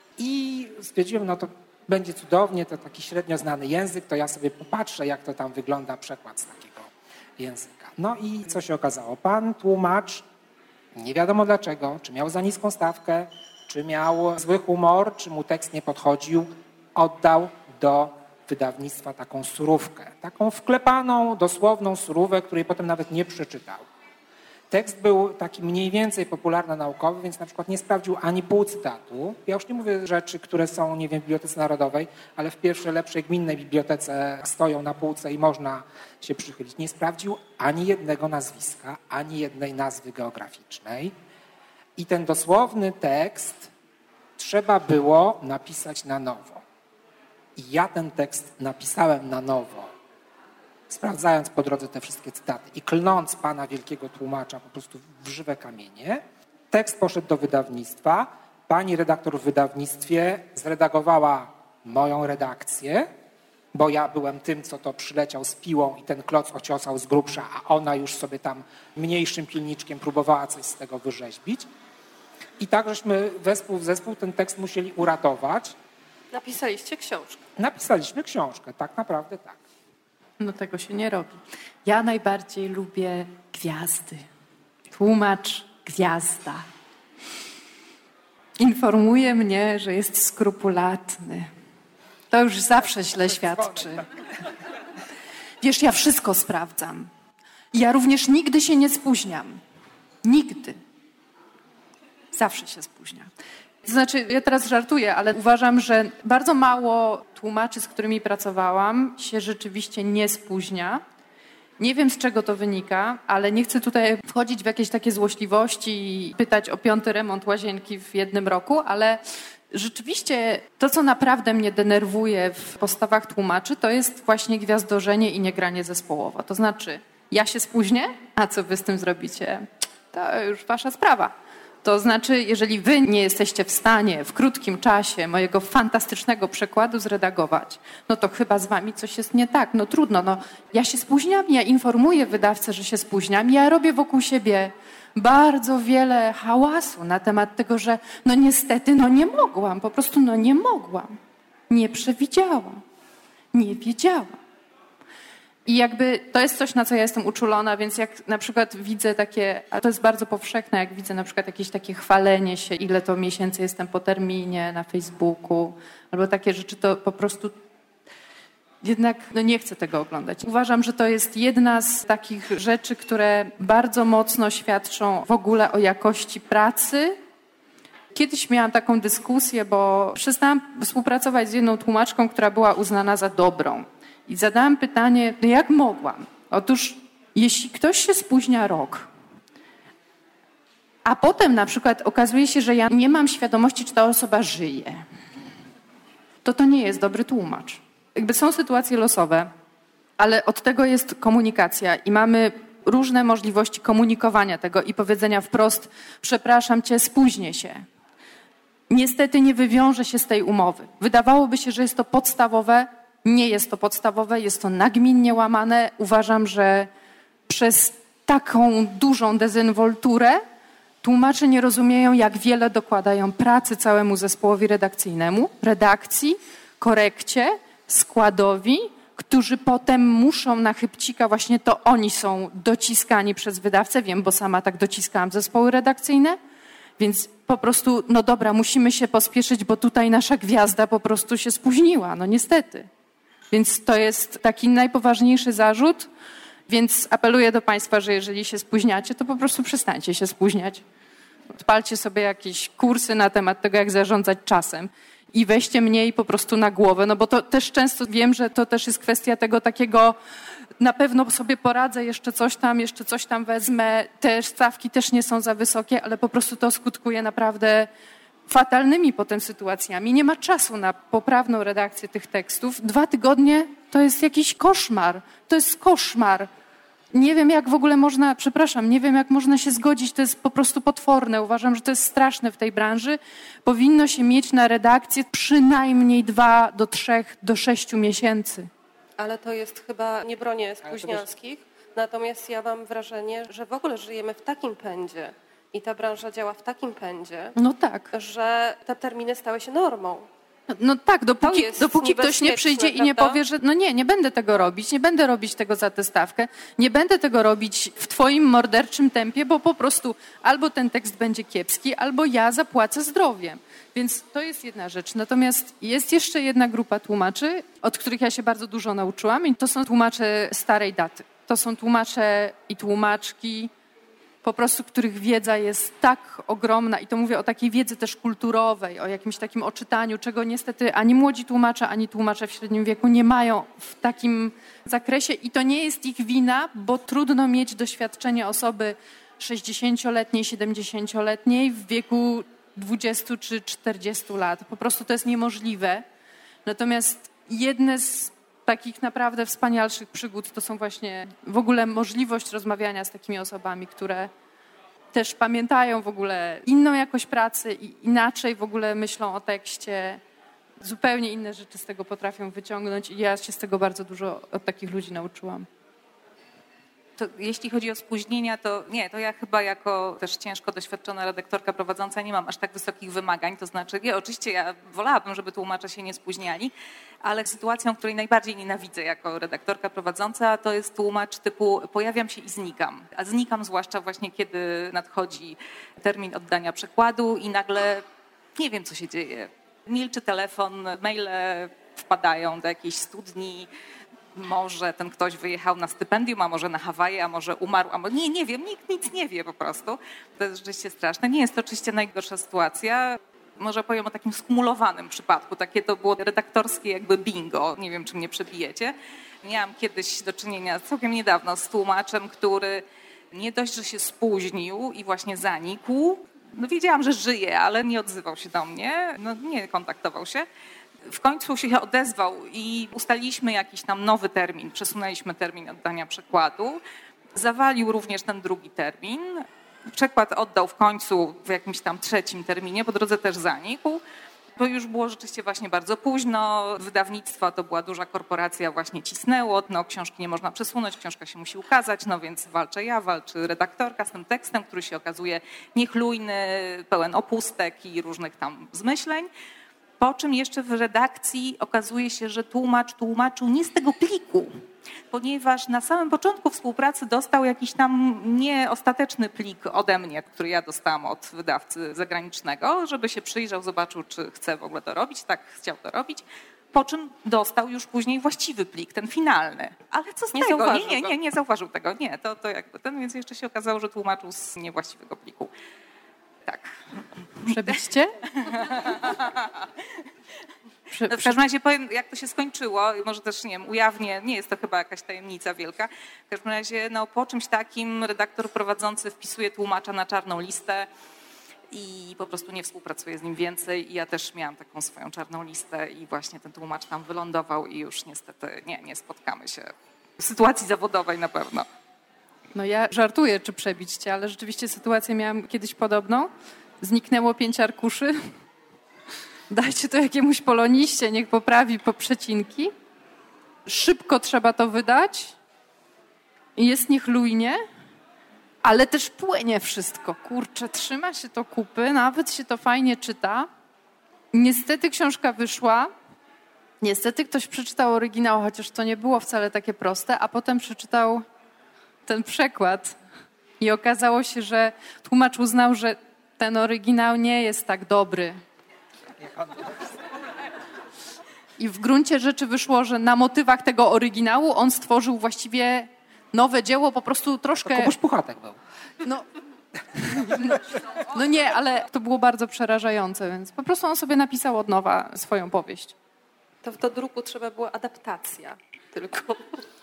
i stwierdziłem, no to będzie cudownie, to taki średnio znany język, to ja sobie popatrzę, jak to tam wygląda przekład z takiego języka. No i co się okazało? Pan tłumacz, nie wiadomo dlaczego, czy miał za niską stawkę, czy miał zły humor, czy mu tekst nie podchodził, oddał do wydawnictwa taką surówkę, taką wklepaną, dosłowną surówkę, której potem nawet nie przeczytał. Tekst był taki mniej więcej popularno-naukowy, więc na przykład nie sprawdził ani pół cytatu. Ja już nie mówię rzeczy, które są, nie wiem, w Bibliotece Narodowej, ale w pierwszej, lepszej gminnej bibliotece stoją na półce i można się przychylić. Nie sprawdził ani jednego nazwiska, ani jednej nazwy geograficznej. I ten dosłowny tekst trzeba było napisać na nowo. I ja ten tekst napisałem na nowo, sprawdzając po drodze te wszystkie cytaty i klnąc pana wielkiego tłumacza po prostu w żywe kamienie. Tekst poszedł do wydawnictwa. Pani redaktor w wydawnictwie zredagowała moją redakcję, bo ja byłem tym, co to przyleciał z piłą i ten kloc ociosał z grubsza, a ona już sobie tam mniejszym pilniczkiem próbowała coś z tego wyrzeźbić. I tak żeśmy zespół ten tekst musieli uratować. Napisaliście książkę. Napisaliśmy książkę, tak naprawdę tak. No tego się nie robi. Ja najbardziej lubię gwiazdy. Tłumacz gwiazda. Informuje mnie, że jest skrupulatny. To już zawsze źle świadczy. Wiesz, ja wszystko sprawdzam. Ja również nigdy się nie spóźniam. Nigdy. Zawsze się spóźniam. To znaczy, ja teraz żartuję, ale uważam, że bardzo mało tłumaczy, z którymi pracowałam, się rzeczywiście nie spóźnia. Nie wiem, z czego to wynika, ale nie chcę tutaj wchodzić w jakieś takie złośliwości i pytać o 5. remont łazienki w 1 roku, ale rzeczywiście to, co naprawdę mnie denerwuje w postawach tłumaczy, to jest właśnie gwiazdorzenie i niegranie zespołowo. To znaczy, ja się spóźnię, a co wy z tym zrobicie? To już wasza sprawa. To znaczy, jeżeli wy nie jesteście w stanie w krótkim czasie mojego fantastycznego przekładu zredagować, no to chyba z wami coś jest nie tak. No trudno, no ja się spóźniam, ja informuję wydawcę, że się spóźniam, ja robię wokół siebie bardzo wiele hałasu na temat tego, że no niestety, no nie mogłam, po prostu no nie mogłam, nie przewidziałam, nie wiedziałam. I jakby to jest coś, na co ja jestem uczulona, więc jak na przykład widzę takie, a to jest bardzo powszechne, jak widzę na przykład jakieś takie chwalenie się, ile to miesięcy jestem po terminie na Facebooku, albo takie rzeczy, to po prostu jednak no nie chcę tego oglądać. Uważam, że to jest jedna z takich rzeczy, które bardzo mocno świadczą w ogóle o jakości pracy. Kiedyś miałam taką dyskusję, bo przestałam współpracować z jedną tłumaczką, która była uznana za dobrą. I zadałam pytanie, no jak mogłam? Otóż, jeśli ktoś się spóźnia rok, a potem na przykład okazuje się, że ja nie mam świadomości, czy ta osoba żyje, to nie jest dobry tłumacz. Jakby są sytuacje losowe, ale od tego jest komunikacja i mamy różne możliwości komunikowania tego i powiedzenia wprost, przepraszam cię, spóźnię się. Niestety nie wywiąże się z tej umowy. Wydawałoby się, że jest to podstawowe. Nie jest to podstawowe, jest to nagminnie łamane. Uważam, że przez taką dużą dezynwolturę Tłumacze nie rozumieją, jak wiele dokładają pracy całemu zespołowi redakcyjnemu, redakcji, korekcie, składowi, którzy potem muszą na chybcika, właśnie to oni są dociskani przez wydawcę. Wiem, bo sama tak dociskałam zespoły redakcyjne, więc po prostu, no dobra, musimy się pospieszyć, bo tutaj nasza gwiazda po prostu się spóźniła, no niestety. Więc to jest taki najpoważniejszy zarzut, więc apeluję do Państwa, że jeżeli się spóźniacie, to po prostu przestańcie się spóźniać. Odpalcie sobie jakieś kursy na temat tego, jak zarządzać czasem i weźcie mniej po prostu na głowę, no bo to też często wiem, że to też jest kwestia tego takiego, na pewno sobie poradzę, jeszcze coś tam wezmę, te stawki też nie są za wysokie, ale po prostu to skutkuje naprawdę fatalnymi potem sytuacjami. Nie ma czasu na poprawną redakcję tych tekstów. 2 tygodnie to jest jakiś koszmar. To jest koszmar. Nie wiem, jak w ogóle można, nie wiem, jak można się zgodzić. To jest po prostu potworne. Uważam, że to jest straszne w tej branży. Powinno się mieć na redakcję przynajmniej 2 do 3 do 6 miesięcy. Ale to jest chyba, nie bronię spóźnialskich, natomiast ja mam wrażenie, że w ogóle żyjemy w takim pędzie i ta branża działa w takim pędzie, no tak, że te terminy stały się normą. No tak, dopóki ktoś nie przyjdzie i nie powie, że no nie będę tego robić, nie będę robić tego za tę stawkę, nie będę tego robić w twoim morderczym tempie, bo po prostu albo ten tekst będzie kiepski, albo ja zapłacę zdrowiem. Więc to jest jedna rzecz. Natomiast jest jeszcze jedna grupa tłumaczy, od których ja się bardzo dużo nauczyłam i to są tłumacze starej daty. To są tłumacze i tłumaczki, po prostu których wiedza jest tak ogromna i to mówię o takiej wiedzy też kulturowej, o jakimś takim oczytaniu, czego niestety ani młodzi tłumacze, ani tłumacze w średnim wieku nie mają w takim zakresie i to nie jest ich wina, bo trudno mieć doświadczenie osoby 60-letniej, 70-letniej w wieku 20 czy 40 lat. Po prostu to jest niemożliwe. Natomiast jedne z takich naprawdę wspanialszych przygód to są właśnie w ogóle możliwość rozmawiania z takimi osobami, które też pamiętają w ogóle inną jakość pracy i inaczej w ogóle myślą o tekście. Zupełnie inne rzeczy z tego potrafią wyciągnąć i ja się z tego bardzo dużo od takich ludzi nauczyłam. To jeśli chodzi o spóźnienia, to ja chyba jako też ciężko doświadczona redaktorka prowadząca nie mam aż tak wysokich wymagań. To znaczy, oczywiście ja wolałabym, żeby tłumacze się nie spóźniali, ale sytuacją, której najbardziej nienawidzę jako redaktorka prowadząca, to jest tłumacz typu pojawiam się i znikam. A znikam zwłaszcza właśnie, kiedy nadchodzi termin oddania przekładu i nagle nie wiem, co się dzieje. Milczy telefon, maile wpadają do jakiejś studni, może ten ktoś wyjechał na stypendium, a może na Hawaje, a może umarł, a może nie wiem, nikt nic nie wie po prostu. To jest rzeczywiście straszne. Nie jest to oczywiście najgorsza sytuacja. Może powiem o takim skumulowanym przypadku. Takie to było redaktorskie jakby bingo. Nie wiem, czy mnie przebijecie. Miałam kiedyś do czynienia całkiem niedawno z tłumaczem, który nie dość, że się spóźnił i właśnie zanikł. No wiedziałam, że żyje, ale nie odzywał się do mnie. No nie kontaktował się. W końcu się odezwał i ustaliliśmy jakiś tam nowy termin. Przesunęliśmy termin oddania przekładu. Zawalił również ten drugi termin. Przekład oddał w końcu w jakimś tam 3. terminie, po drodze też zanikł. To już było rzeczywiście właśnie bardzo późno. Wydawnictwo to była duża korporacja, właśnie cisnęło. No, książki nie można przesunąć, książka się musi ukazać, no więc walczę ja, walczy redaktorka z tym tekstem, który się okazuje niechlujny, pełen opustek i różnych tam zmyśleń. Po czym jeszcze w redakcji okazuje się, że tłumacz tłumaczył nie z tego pliku, ponieważ na samym początku współpracy dostał jakiś tam nieostateczny plik ode mnie, który ja dostałam od wydawcy zagranicznego, żeby się przyjrzał, zobaczył, czy chce w ogóle to robić. Tak, chciał to robić. Po czym dostał już później właściwy plik, ten finalny. Ale co z tego? Nie zauważył tego. Nie, to jakby ten, więc jeszcze się okazało, że tłumaczył z niewłaściwego pliku. Tak. Przebiście? No w każdym razie powiem, jak to się skończyło, może też, nie wiem, ujawnię, nie jest to chyba jakaś tajemnica wielka. W każdym razie po czymś takim redaktor prowadzący wpisuje tłumacza na czarną listę i po prostu nie współpracuje z nim więcej. I ja też miałam taką swoją czarną listę i właśnie ten tłumacz tam wylądował i już niestety nie spotkamy się w sytuacji zawodowej na pewno. No ja żartuję, czy przebić cię, ale rzeczywiście sytuację miałam kiedyś podobną. Zniknęło 5 arkuszy. Dajcie to jakiemuś poloniście, niech poprawi po przecinki. Szybko trzeba to wydać. Jest niechlujnie. ale też płynie wszystko. Kurczę, trzyma się to kupy, nawet się to fajnie czyta. Niestety książka wyszła. Niestety ktoś przeczytał oryginał, chociaż to nie było wcale takie proste, a potem przeczytał ten przekład i okazało się, że tłumacz uznał, że ten oryginał nie jest tak dobry. I w gruncie rzeczy wyszło, że na motywach tego oryginału on stworzył właściwie nowe dzieło, po prostu troszkę... Kubuś Puchatek był. No nie, ale to było bardzo przerażające, więc po prostu on sobie napisał od nowa swoją powieść. To do druku trzeba była adaptacja tylko.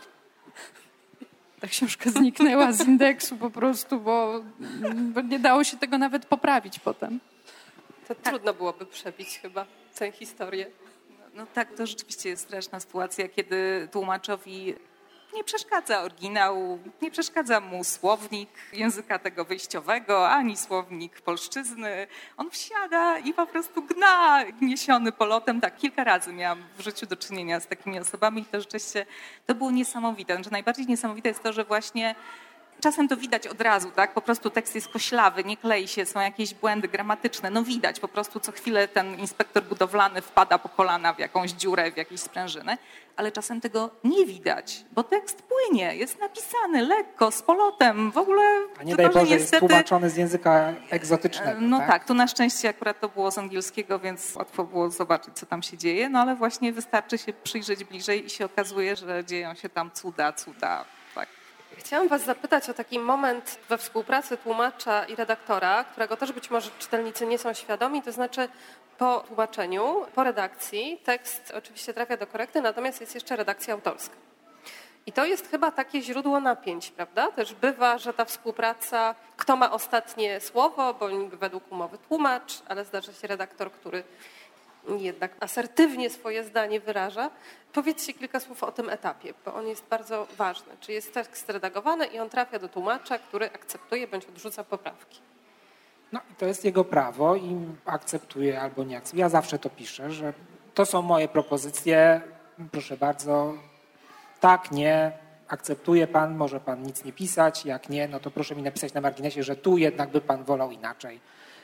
Ta książka zniknęła z indeksu po prostu, bo nie dało się tego nawet poprawić potem. To trudno byłoby przebić chyba tę historię. No tak, to rzeczywiście jest straszna sytuacja, kiedy tłumaczowi nie przeszkadza oryginał, nie przeszkadza mu słownik języka tego wyjściowego, ani słownik polszczyzny. On wsiada i po prostu gna, niesiony polotem. Tak, kilka razy miałam w życiu do czynienia z takimi osobami i to rzeczywiście to było niesamowite. Znaczy, najbardziej niesamowite jest to, że właśnie czasem to widać od razu, tak? Po prostu tekst jest koślawy, nie klei się, są jakieś błędy gramatyczne. No widać po prostu co chwilę ten inspektor budowlany wpada po kolana w jakąś dziurę, w jakieś sprężyny, ale czasem tego nie widać, bo tekst płynie, jest napisany lekko, z polotem, w ogóle... A nie daj Boże, jest tłumaczony z języka egzotycznego. No tak, tu na szczęście akurat to było z angielskiego, więc łatwo było zobaczyć, co tam się dzieje, no ale właśnie wystarczy się przyjrzeć bliżej i się okazuje, że dzieją się tam cuda, tak. Chciałam was zapytać o taki moment we współpracy tłumacza i redaktora, którego też być może czytelnicy nie są świadomi, to znaczy po tłumaczeniu, po redakcji tekst oczywiście trafia do korekty, natomiast jest jeszcze redakcja autorska. I to jest chyba takie źródło napięć, prawda? Też bywa, że ta współpraca, kto ma ostatnie słowo, bo niby według umowy tłumacz, ale zdarza się redaktor, który jednak asertywnie swoje zdanie wyraża. Powiedzcie kilka słów o tym etapie, bo on jest bardzo ważny. Czy jest tekst redagowany i on trafia do tłumacza, który akceptuje bądź odrzuca poprawki? No i to jest jego prawo i akceptuje albo nie akceptuje. Ja zawsze to piszę, że to są moje propozycje, proszę bardzo, tak, nie, akceptuje pan, może pan nic nie pisać, jak nie, no to proszę mi napisać na marginesie, że tu jednak by pan wolał inaczej.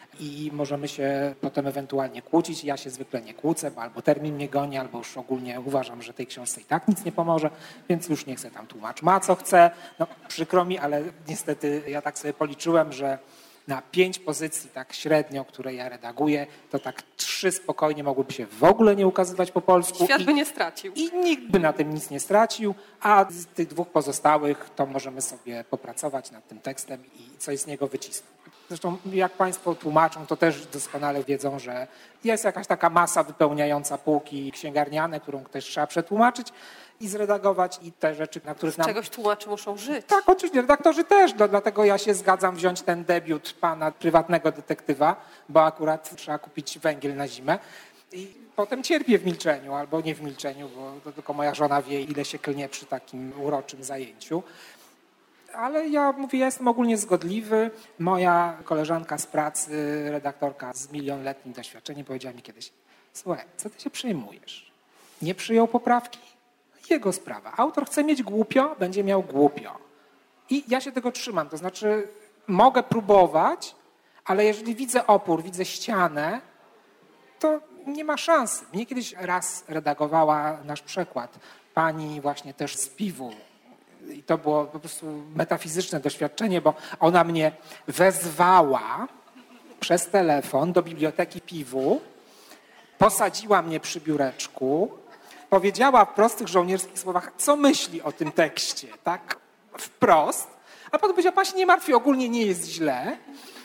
I możemy się potem ewentualnie kłócić. Ja się zwykle nie kłócę, bo albo termin mnie goni, albo już ogólnie uważam, że tej książce i tak nic nie pomoże, więc już nie chcę tam tłumacz ma co chce. No przykro mi, ale niestety ja tak sobie policzyłem, że na 5 pozycji tak średnio, które ja redaguję, to tak 3 spokojnie mogłyby się w ogóle nie ukazywać po polsku. Świat by nie stracił. I nikt by na tym nic nie stracił, a z tych 2 pozostałych to możemy sobie popracować nad tym tekstem i coś z niego wycisnąć. Zresztą jak państwo tłumaczą, to też doskonale wiedzą, że jest jakaś taka masa wypełniająca półki księgarniane, którą też trzeba przetłumaczyć i zredagować i te rzeczy, na których nam... Czegoś tłumaczy muszą żyć. Tak, oczywiście, redaktorzy też, dlatego ja się zgadzam wziąć ten debiut pana prywatnego detektywa, bo akurat trzeba kupić węgiel na zimę i potem cierpię w milczeniu albo nie w milczeniu, bo to tylko moja żona wie, ile się klnie przy takim uroczym zajęciu. Ale ja mówię, ja jestem ogólnie zgodliwy. Moja koleżanka z pracy, redaktorka z milionletnim doświadczeniem powiedziała mi kiedyś: słuchaj, co ty się przejmujesz? Nie przyjął poprawki? Jego sprawa. Autor chce mieć głupio, będzie miał głupio. I ja się tego trzymam. To znaczy mogę próbować, ale jeżeli widzę opór, widzę ścianę, to nie ma szansy. Mnie kiedyś raz redagowała nasz przekład pani właśnie też z Piwu. I to było po prostu metafizyczne doświadczenie, bo ona mnie wezwała przez telefon do biblioteki Piwu, posadziła mnie przy biureczku, powiedziała w prostych żołnierskich słowach, co myśli o tym tekście, tak wprost, a potem powiedziała, pan się nie martwi, ogólnie nie jest źle.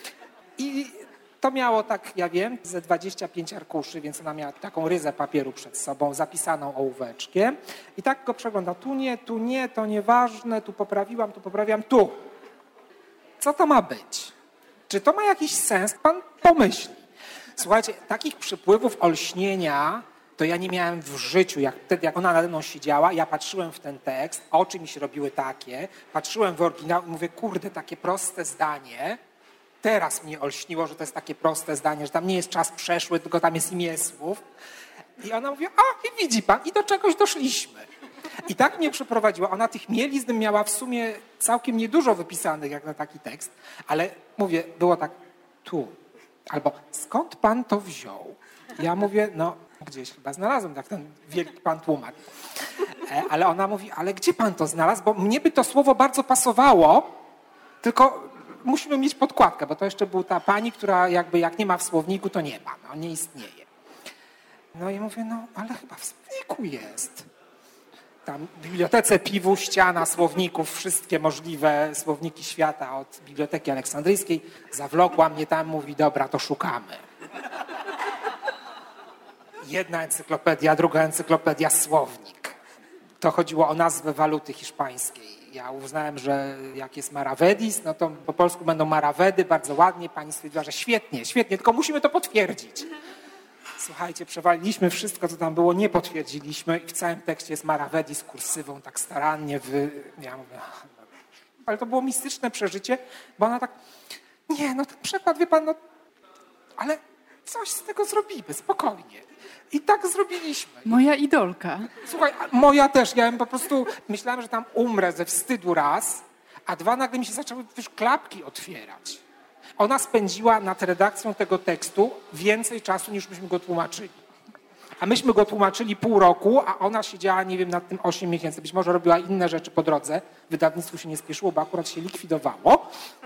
I to miało tak, ja wiem, ze 25 arkuszy, więc ona miała taką ryzę papieru przed sobą, zapisaną ołóweczkiem. I tak go przegląda. Tu nie, to nieważne, tu poprawiam, tu. Co to ma być? Czy to ma jakiś sens? Pan pomyśli. Słuchajcie, takich przypływów olśnienia to ja nie miałem w życiu. Wtedy, jak ona nade mną siedziała, ja patrzyłem w ten tekst, oczy mi się robiły takie, patrzyłem w oryginał i mówię, kurde, takie proste zdanie. Teraz mnie olśniło, że to jest takie proste zdanie, że tam nie jest czas przeszły, tylko tam jest imię słów. I ona mówi, i widzi pan, i do czegoś doszliśmy. I tak mnie przeprowadziła. Ona tych mielizn miała w sumie całkiem niedużo wypisanych jak na taki tekst, ale mówię, było tak tu. Albo skąd pan to wziął? Ja mówię, no gdzieś chyba znalazłem, tak ten wielki pan tłumacz. Ale ona mówi, ale gdzie pan to znalazł? Bo mnie by to słowo bardzo pasowało, tylko musimy mieć podkładkę, bo to jeszcze była ta pani, która jakby jak nie ma w słowniku, to nie ma. No nie istnieje. No i mówię, no ale chyba w słowniku jest. Tam w bibliotece Piwu ściana słowników, wszystkie możliwe słowniki świata od Biblioteki Aleksandryjskiej. Zawlokła mnie tam, mówi, dobra, to szukamy. Jedna encyklopedia, druga encyklopedia, słownik. To chodziło o nazwę waluty hiszpańskiej. Ja uznałem, że jak jest Maravedis, no to po polsku będą Maravedy, bardzo ładnie. Pani stwierdziła, że świetnie, świetnie, tylko musimy to potwierdzić. Słuchajcie, przewaliliśmy wszystko, co tam było, nie potwierdziliśmy i w całym tekście jest Maravedis kursywą, tak starannie. Ja mówię, ale to było mistyczne przeżycie, bo ona tak, nie, no ten przekład, wie pan, no, ale coś z tego zrobimy, spokojnie. I tak zrobiliśmy. Moja idolka. Słuchaj, moja też. Ja po prostu myślałem, że tam umrę ze wstydu raz, a dwa nagle mi się zaczęły już klapki otwierać. Ona spędziła nad redakcją tego tekstu więcej czasu, niż myśmy go tłumaczyli. A myśmy go tłumaczyli pół roku, a ona siedziała, nie wiem, nad tym 8 miesięcy. Być może robiła inne rzeczy po drodze. Wydawnictwu się nie spieszyło, bo akurat się likwidowało.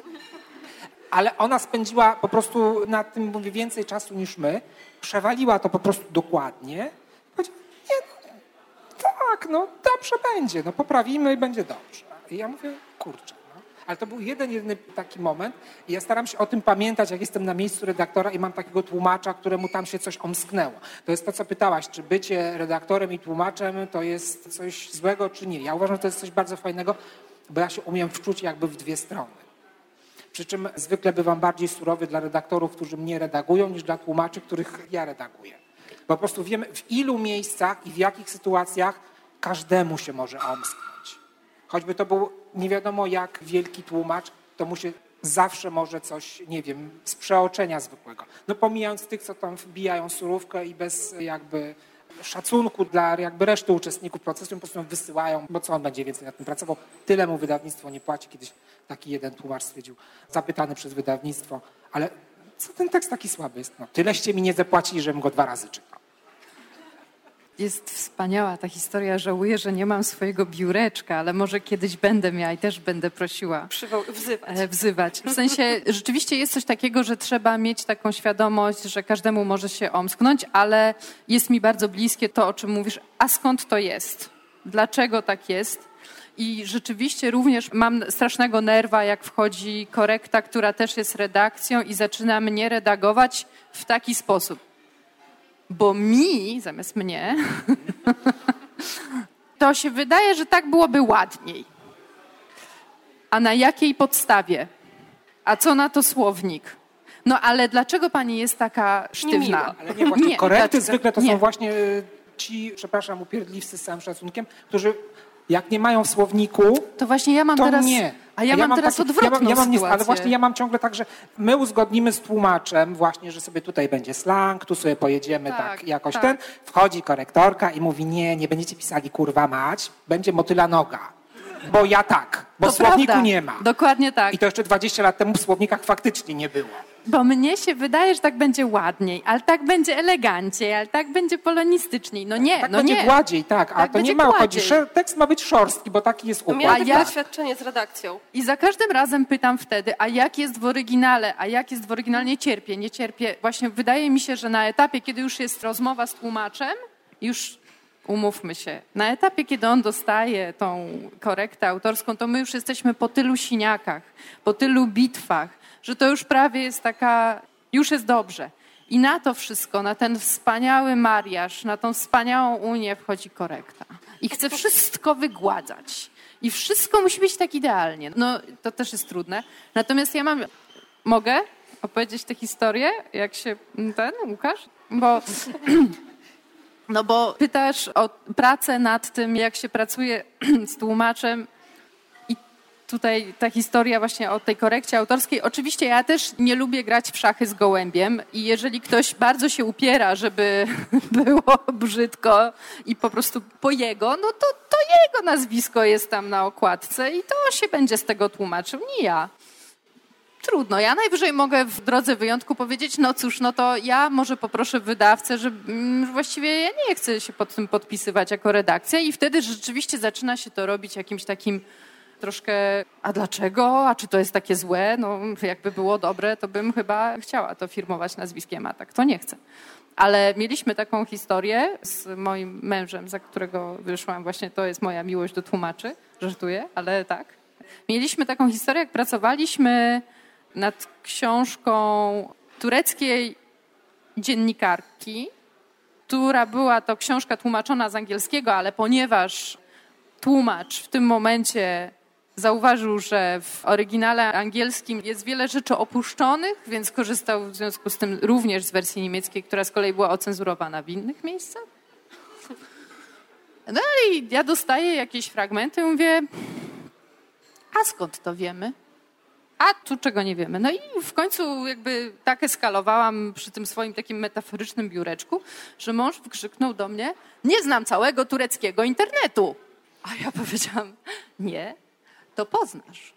Ale ona spędziła po prostu nad tym, mówię, więcej czasu niż my. Przewaliła to po prostu dokładnie. Powiedziała, nie, no, tak, no dobrze będzie, no poprawimy i będzie dobrze. I ja mówię, kurczę. No. Ale to był jedyny taki moment i ja staram się o tym pamiętać, jak jestem na miejscu redaktora i mam takiego tłumacza, któremu tam się coś omsknęło. To jest to, co pytałaś, czy bycie redaktorem i tłumaczem to jest coś złego, czy nie. Ja uważam, że to jest coś bardzo fajnego, bo ja się umiem wczuć jakby w dwie strony. Przy czym zwykle bywam bardziej surowy dla redaktorów, którzy mnie redagują, niż dla tłumaczy, których ja redaguję. Po prostu wiemy, w ilu miejscach i w jakich sytuacjach każdemu się może omsknąć. Choćby to był nie wiadomo jak wielki tłumacz, to mu się zawsze może coś, nie wiem, z przeoczenia zwykłego. No pomijając tych, co tam wbijają surówkę i bez jakby szacunku dla jakby reszty uczestników procesu, po prostu ją wysyłają, bo co on będzie więcej nad tym pracował. Tyle mu wydawnictwo nie płaci. Kiedyś taki jeden tłumacz stwierdził, zapytany przez wydawnictwo, ale co ten tekst taki słaby jest? No, tyleście mi nie zapłacili, żebym go 2 razy czytał. Jest wspaniała ta historia. Żałuję, że nie mam swojego biureczka, ale może kiedyś będę miała i też będę prosiła wzywać. W sensie rzeczywiście jest coś takiego, że trzeba mieć taką świadomość, że każdemu może się omsknąć, ale jest mi bardzo bliskie to, o czym mówisz. A skąd to jest? Dlaczego tak jest? I rzeczywiście również mam strasznego nerwa, jak wchodzi korekta, która też jest redakcją i zaczyna mnie redagować w taki sposób. Bo mi, zamiast mnie, to się wydaje, że tak byłoby ładniej. A na jakiej podstawie? A co na to słownik? No ale dlaczego pani jest taka sztywna? Ale nie, właśnie korekty zwykle to są właśnie ci, przepraszam, upierdliwcy z całym szacunkiem, którzy jak nie mają w słowniku, to właśnie ja mam to teraz, nie. A ja mam teraz odwrotną sytuację. Ale właśnie ja mam ciągle tak, że my uzgodnimy z tłumaczem właśnie, że sobie tutaj będzie slang, tu sobie pojedziemy tak jakoś ten. Wchodzi korektorka i mówi, nie będziecie pisali kurwa mać, będzie motyla noga. Bo ja tak, bo w słowniku prawda. nie ma. Dokładnie tak. I to jeszcze 20 lat temu w słownikach faktycznie nie było. Bo mnie się wydaje, że tak będzie ładniej, ale tak będzie eleganciej, ale tak będzie polonistyczniej. No nie, tak no będzie nie. gładziej, tak. A tak to nie ma chodzi. Tekst ma być szorstki, bo taki jest układ. Miałam takie doświadczenie z redakcją. I za każdym razem pytam wtedy, a jak jest w oryginale? A jak jest w oryginale? Nie cierpię. Właśnie wydaje mi się, że na etapie, kiedy już jest rozmowa z tłumaczem, już umówmy się, na etapie, kiedy on dostaje tą korektę autorską, to my już jesteśmy po tylu siniakach, po tylu bitwach, że to już prawie jest taka, już jest dobrze. I na to wszystko, na ten wspaniały mariaż, na tą wspaniałą unię wchodzi korekta. I chce wszystko wygładzać. I wszystko musi być tak idealnie. No, to też jest trudne. Natomiast ja mogę opowiedzieć tę historię, jak się Łukasz? Bo pytasz o pracę nad tym, jak się pracuje z tłumaczem. I tutaj ta historia właśnie o tej korekcie autorskiej. Oczywiście ja też nie lubię grać w szachy z gołębiem i jeżeli ktoś bardzo się upiera, żeby było brzydko i po prostu po jego, no to jego nazwisko jest tam na okładce i to się będzie z tego tłumaczył, nie ja. Trudno. Ja najwyżej mogę w drodze wyjątku powiedzieć, no cóż, no to ja może poproszę wydawcę, że właściwie ja nie chcę się pod tym podpisywać jako redakcja i wtedy rzeczywiście zaczyna się to robić jakimś takim troszkę, a dlaczego? A czy to jest takie złe? No jakby było dobre, to bym chyba chciała to firmować nazwiskiem, a tak to nie chcę. Ale mieliśmy taką historię z moim mężem, za którego wyszłam, właśnie to jest moja miłość do tłumaczy, żartuję, ale tak. Mieliśmy taką historię, jak pracowaliśmy nad książką tureckiej dziennikarki, która była to książka tłumaczona z angielskiego, ale ponieważ tłumacz w tym momencie zauważył, że w oryginale angielskim jest wiele rzeczy opuszczonych, więc korzystał w związku z tym również z wersji niemieckiej, która z kolei była ocenzurowana w innych miejscach. No i ja dostaję jakieś fragmenty i mówię, a skąd to wiemy? A tu czego nie wiemy? No i w końcu jakby tak eskalowałam przy tym swoim takim metaforycznym biureczku, że mąż wykrzyknął do mnie, nie znam całego tureckiego internetu. A ja powiedziałam, nie, to poznasz.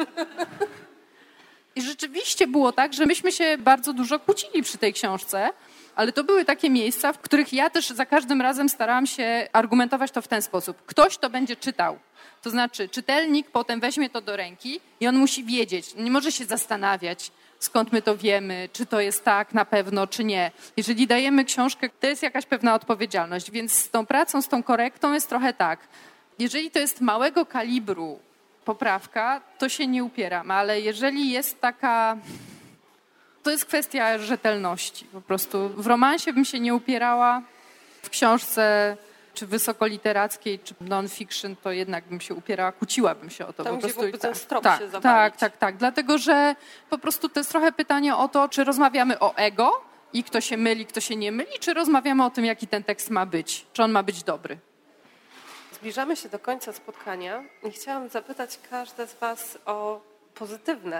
I rzeczywiście było tak, że myśmy się bardzo dużo kłócili przy tej książce, ale to były takie miejsca, w których ja też za każdym razem starałam się argumentować to w ten sposób. Ktoś to będzie czytał. To znaczy czytelnik potem weźmie to do ręki i on musi wiedzieć, nie może się zastanawiać, skąd my to wiemy, czy to jest tak na pewno, czy nie. Jeżeli dajemy książkę, to jest jakaś pewna odpowiedzialność, więc z tą pracą, z tą korektą jest trochę tak. Jeżeli to jest małego kalibru poprawka, to się nie upieram, ale jeżeli jest taka... To jest kwestia rzetelności. Po prostu w romansie bym się nie upierała, w książce czy wysokoliterackiej, czy non-fiction, to jednak bym się upierała, kłóciłabym się o to. Tam, po prostu gdzie mógłby ten strop tak, się zawalić. Tak. Dlatego, że po prostu to jest trochę pytanie o to, czy rozmawiamy o ego i kto się myli, kto się nie myli, czy rozmawiamy o tym, jaki ten tekst ma być, czy on ma być dobry. Zbliżamy się do końca spotkania i chciałam zapytać każde z was o pozytywne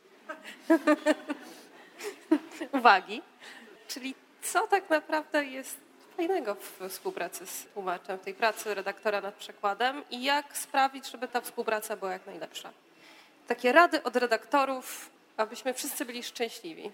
uwagi, czyli co tak naprawdę jest fajnego w współpracy z tłumaczem, w tej pracy redaktora nad przekładem i jak sprawić, żeby ta współpraca była jak najlepsza. Takie rady od redaktorów, abyśmy wszyscy byli szczęśliwi.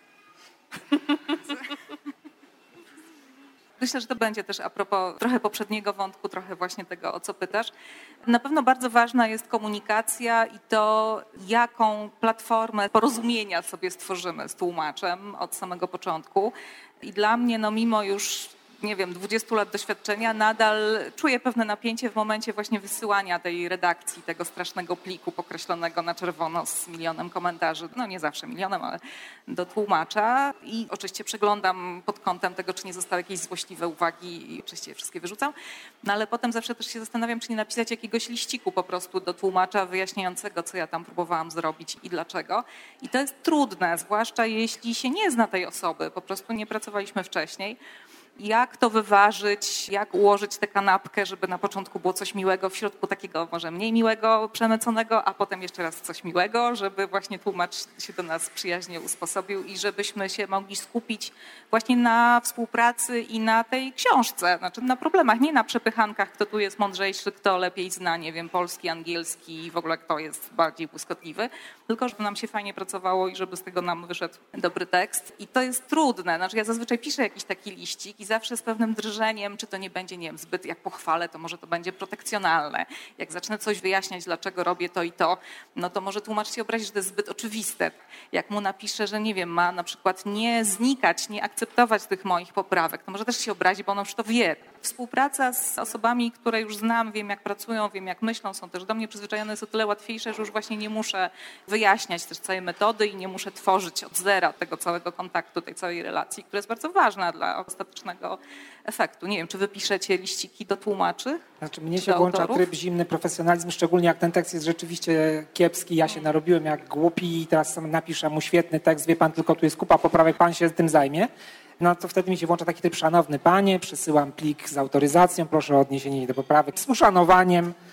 Myślę, że to będzie też a propos trochę poprzedniego wątku, trochę właśnie tego, o co pytasz. Na pewno bardzo ważna jest komunikacja i to, jaką platformę porozumienia sobie stworzymy z tłumaczem od samego początku. I dla mnie, no mimo już, nie wiem, 20 lat doświadczenia, nadal czuję pewne napięcie w momencie właśnie wysyłania tej redakcji, tego strasznego pliku pokreślonego na czerwono z milionem komentarzy, no nie zawsze milionem, ale do tłumacza i oczywiście przeglądam pod kątem tego, czy nie zostały jakieś złośliwe uwagi i oczywiście je wszystkie wyrzucam, no ale potem zawsze też się zastanawiam, czy nie napisać jakiegoś liściku po prostu do tłumacza wyjaśniającego, co ja tam próbowałam zrobić i dlaczego. I to jest trudne, zwłaszcza jeśli się nie zna tej osoby, po prostu nie pracowaliśmy wcześniej. Jak to wyważyć, jak ułożyć tę kanapkę, żeby na początku było coś miłego, w środku takiego może mniej miłego, przemyconego, a potem jeszcze raz coś miłego, żeby właśnie tłumacz się do nas przyjaźnie usposobił i żebyśmy się mogli skupić właśnie na współpracy i na tej książce, znaczy na problemach, nie na przepychankach, kto tu jest mądrzejszy, kto lepiej zna, nie wiem, polski, angielski i w ogóle kto jest bardziej błyskotliwy, tylko żeby nam się fajnie pracowało i żeby z tego nam wyszedł dobry tekst. I to jest trudne, znaczy ja zazwyczaj piszę jakiś taki liścik i zawsze z pewnym drżeniem, czy to nie będzie, nie wiem, zbyt jak pochwalę, to może to będzie protekcjonalne. Jak zacznę coś wyjaśniać, dlaczego robię to i to, no to może tłumacz się obrazi, że to jest zbyt oczywiste. Jak mu napiszę, że nie wiem, ma na przykład nie znikać, nie akceptować tych moich poprawek, to może też się obrazi, bo on już to wie. Współpraca z osobami, które już znam, wiem jak pracują, wiem jak myślą, są też do mnie przyzwyczajone, jest o tyle łatwiejsze, że już właśnie nie muszę wyjaśniać też całej metody i nie muszę tworzyć od zera tego całego kontaktu, tej całej relacji, która jest bardzo ważna dla ostatecznego efektu. Nie wiem, czy wy piszecie liściki do tłumaczy? Znaczy mnie się włącza tryb zimny profesjonalizm, szczególnie jak ten tekst jest rzeczywiście kiepski. Ja się narobiłem jak głupi i teraz napiszę mu świetny tekst, wie pan, tylko tu jest kupa poprawek, pan się tym zajmie. No to wtedy mi się włącza taki tryb, szanowny panie, przesyłam plik z autoryzacją, proszę o odniesienie do poprawek z uszanowaniem.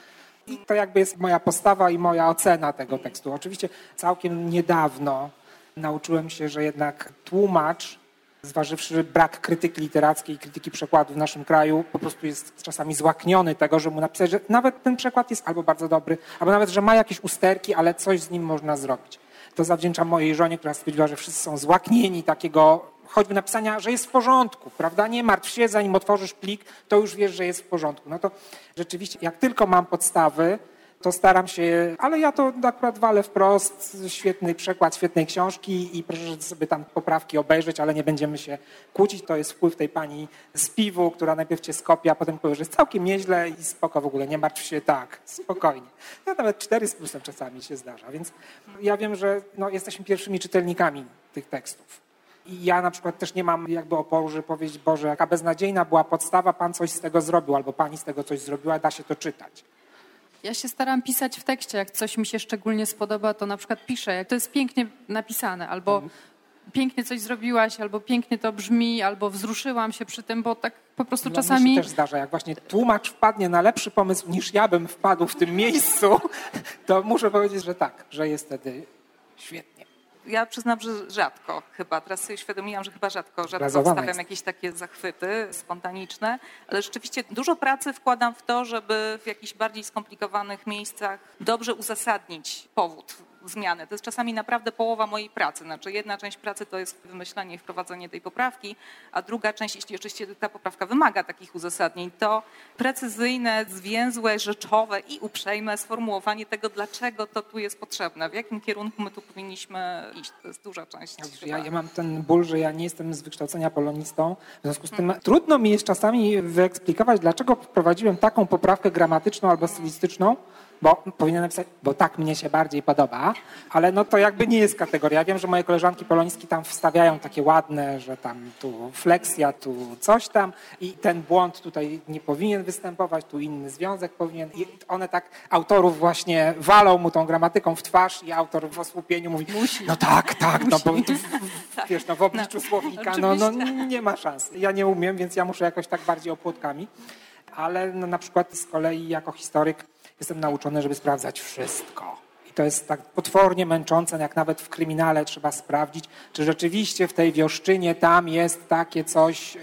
I to jakby jest moja postawa i moja ocena tego tekstu. Oczywiście całkiem niedawno nauczyłem się, że jednak tłumacz, zważywszy brak krytyki literackiej, krytyki przekładu w naszym kraju, po prostu jest czasami złakniony tego, że mu napisać, że nawet ten przekład jest albo bardzo dobry, albo nawet, że ma jakieś usterki, ale coś z nim można zrobić. To zawdzięczam mojej żonie, która stwierdziła, że wszyscy są złaknieni takiego choćby napisania, że jest w porządku, prawda? Nie martw się, zanim otworzysz plik, to już wiesz, że jest w porządku. No to rzeczywiście, jak tylko mam podstawy, to staram się, ale ja to akurat walę wprost, świetny przekład, świetnej książki i proszę sobie tam poprawki obejrzeć, ale nie będziemy się kłócić. To jest wpływ tej pani z piwu, która najpierw cię skopie, a potem powie, że jest całkiem nieźle i spoko w ogóle, nie martw się, tak, spokojnie. Ja nawet 4 z plusem czasami się zdarza, więc ja wiem, że jesteśmy pierwszymi czytelnikami tych tekstów. I ja na przykład też nie mam jakby oporu, żeby powiedzieć, Boże, jaka beznadziejna była podstawa, Pan coś z tego zrobił, albo Pani z tego coś zrobiła, da się to czytać. Ja się staram pisać w tekście, jak coś mi się szczególnie spodoba, to na przykład piszę, jak to jest pięknie napisane, albo pięknie coś zrobiłaś, albo pięknie to brzmi, albo wzruszyłam się przy tym, bo tak po prostu czasami... Mi się też zdarza, jak właśnie tłumacz wpadnie na lepszy pomysł niż ja bym wpadł w tym miejscu, to muszę powiedzieć, że tak, że jest wtedy świetnie. Ja przyznam, że rzadko chyba. Teraz sobie uświadomiłam, że chyba rzadko wstawiam jakieś takie zachwyty spontaniczne, ale rzeczywiście dużo pracy wkładam w to, żeby w jakichś bardziej skomplikowanych miejscach dobrze uzasadnić powód zmiany. To jest czasami naprawdę połowa mojej pracy. Znaczy jedna część pracy to jest wymyślenie i wprowadzenie tej poprawki, a druga część, jeśli oczywiście ta poprawka wymaga takich uzasadnień, to precyzyjne, zwięzłe, rzeczowe i uprzejme sformułowanie tego, dlaczego to tu jest potrzebne, w jakim kierunku my tu powinniśmy iść. To jest duża część. Ja mam ten ból, że ja nie jestem z wykształcenia polonistą, w związku z tym trudno mi jest czasami wyeksplikować, dlaczego wprowadziłem taką poprawkę gramatyczną albo stylistyczną, bo powinienem napisać, bo tak mnie się bardziej podoba, ale to jakby nie jest kategoria. Ja wiem, że moje koleżanki polonistki tam wstawiają takie ładne, że tam tu fleksja, tu coś tam i ten błąd tutaj nie powinien występować, tu inny związek powinien i one tak autorów właśnie walą mu tą gramatyką w twarz i autor w osłupieniu mówi, no tak, no bo wiesz, w obliczu słownika, nie ma szans. Ja nie umiem, więc ja muszę jakoś tak bardziej opłotkami, ale na przykład z kolei jako historyk jestem nauczony, żeby sprawdzać wszystko. I to jest tak potwornie męczące, jak nawet w kryminale trzeba sprawdzić, czy rzeczywiście w tej wioszczynie tam jest takie coś.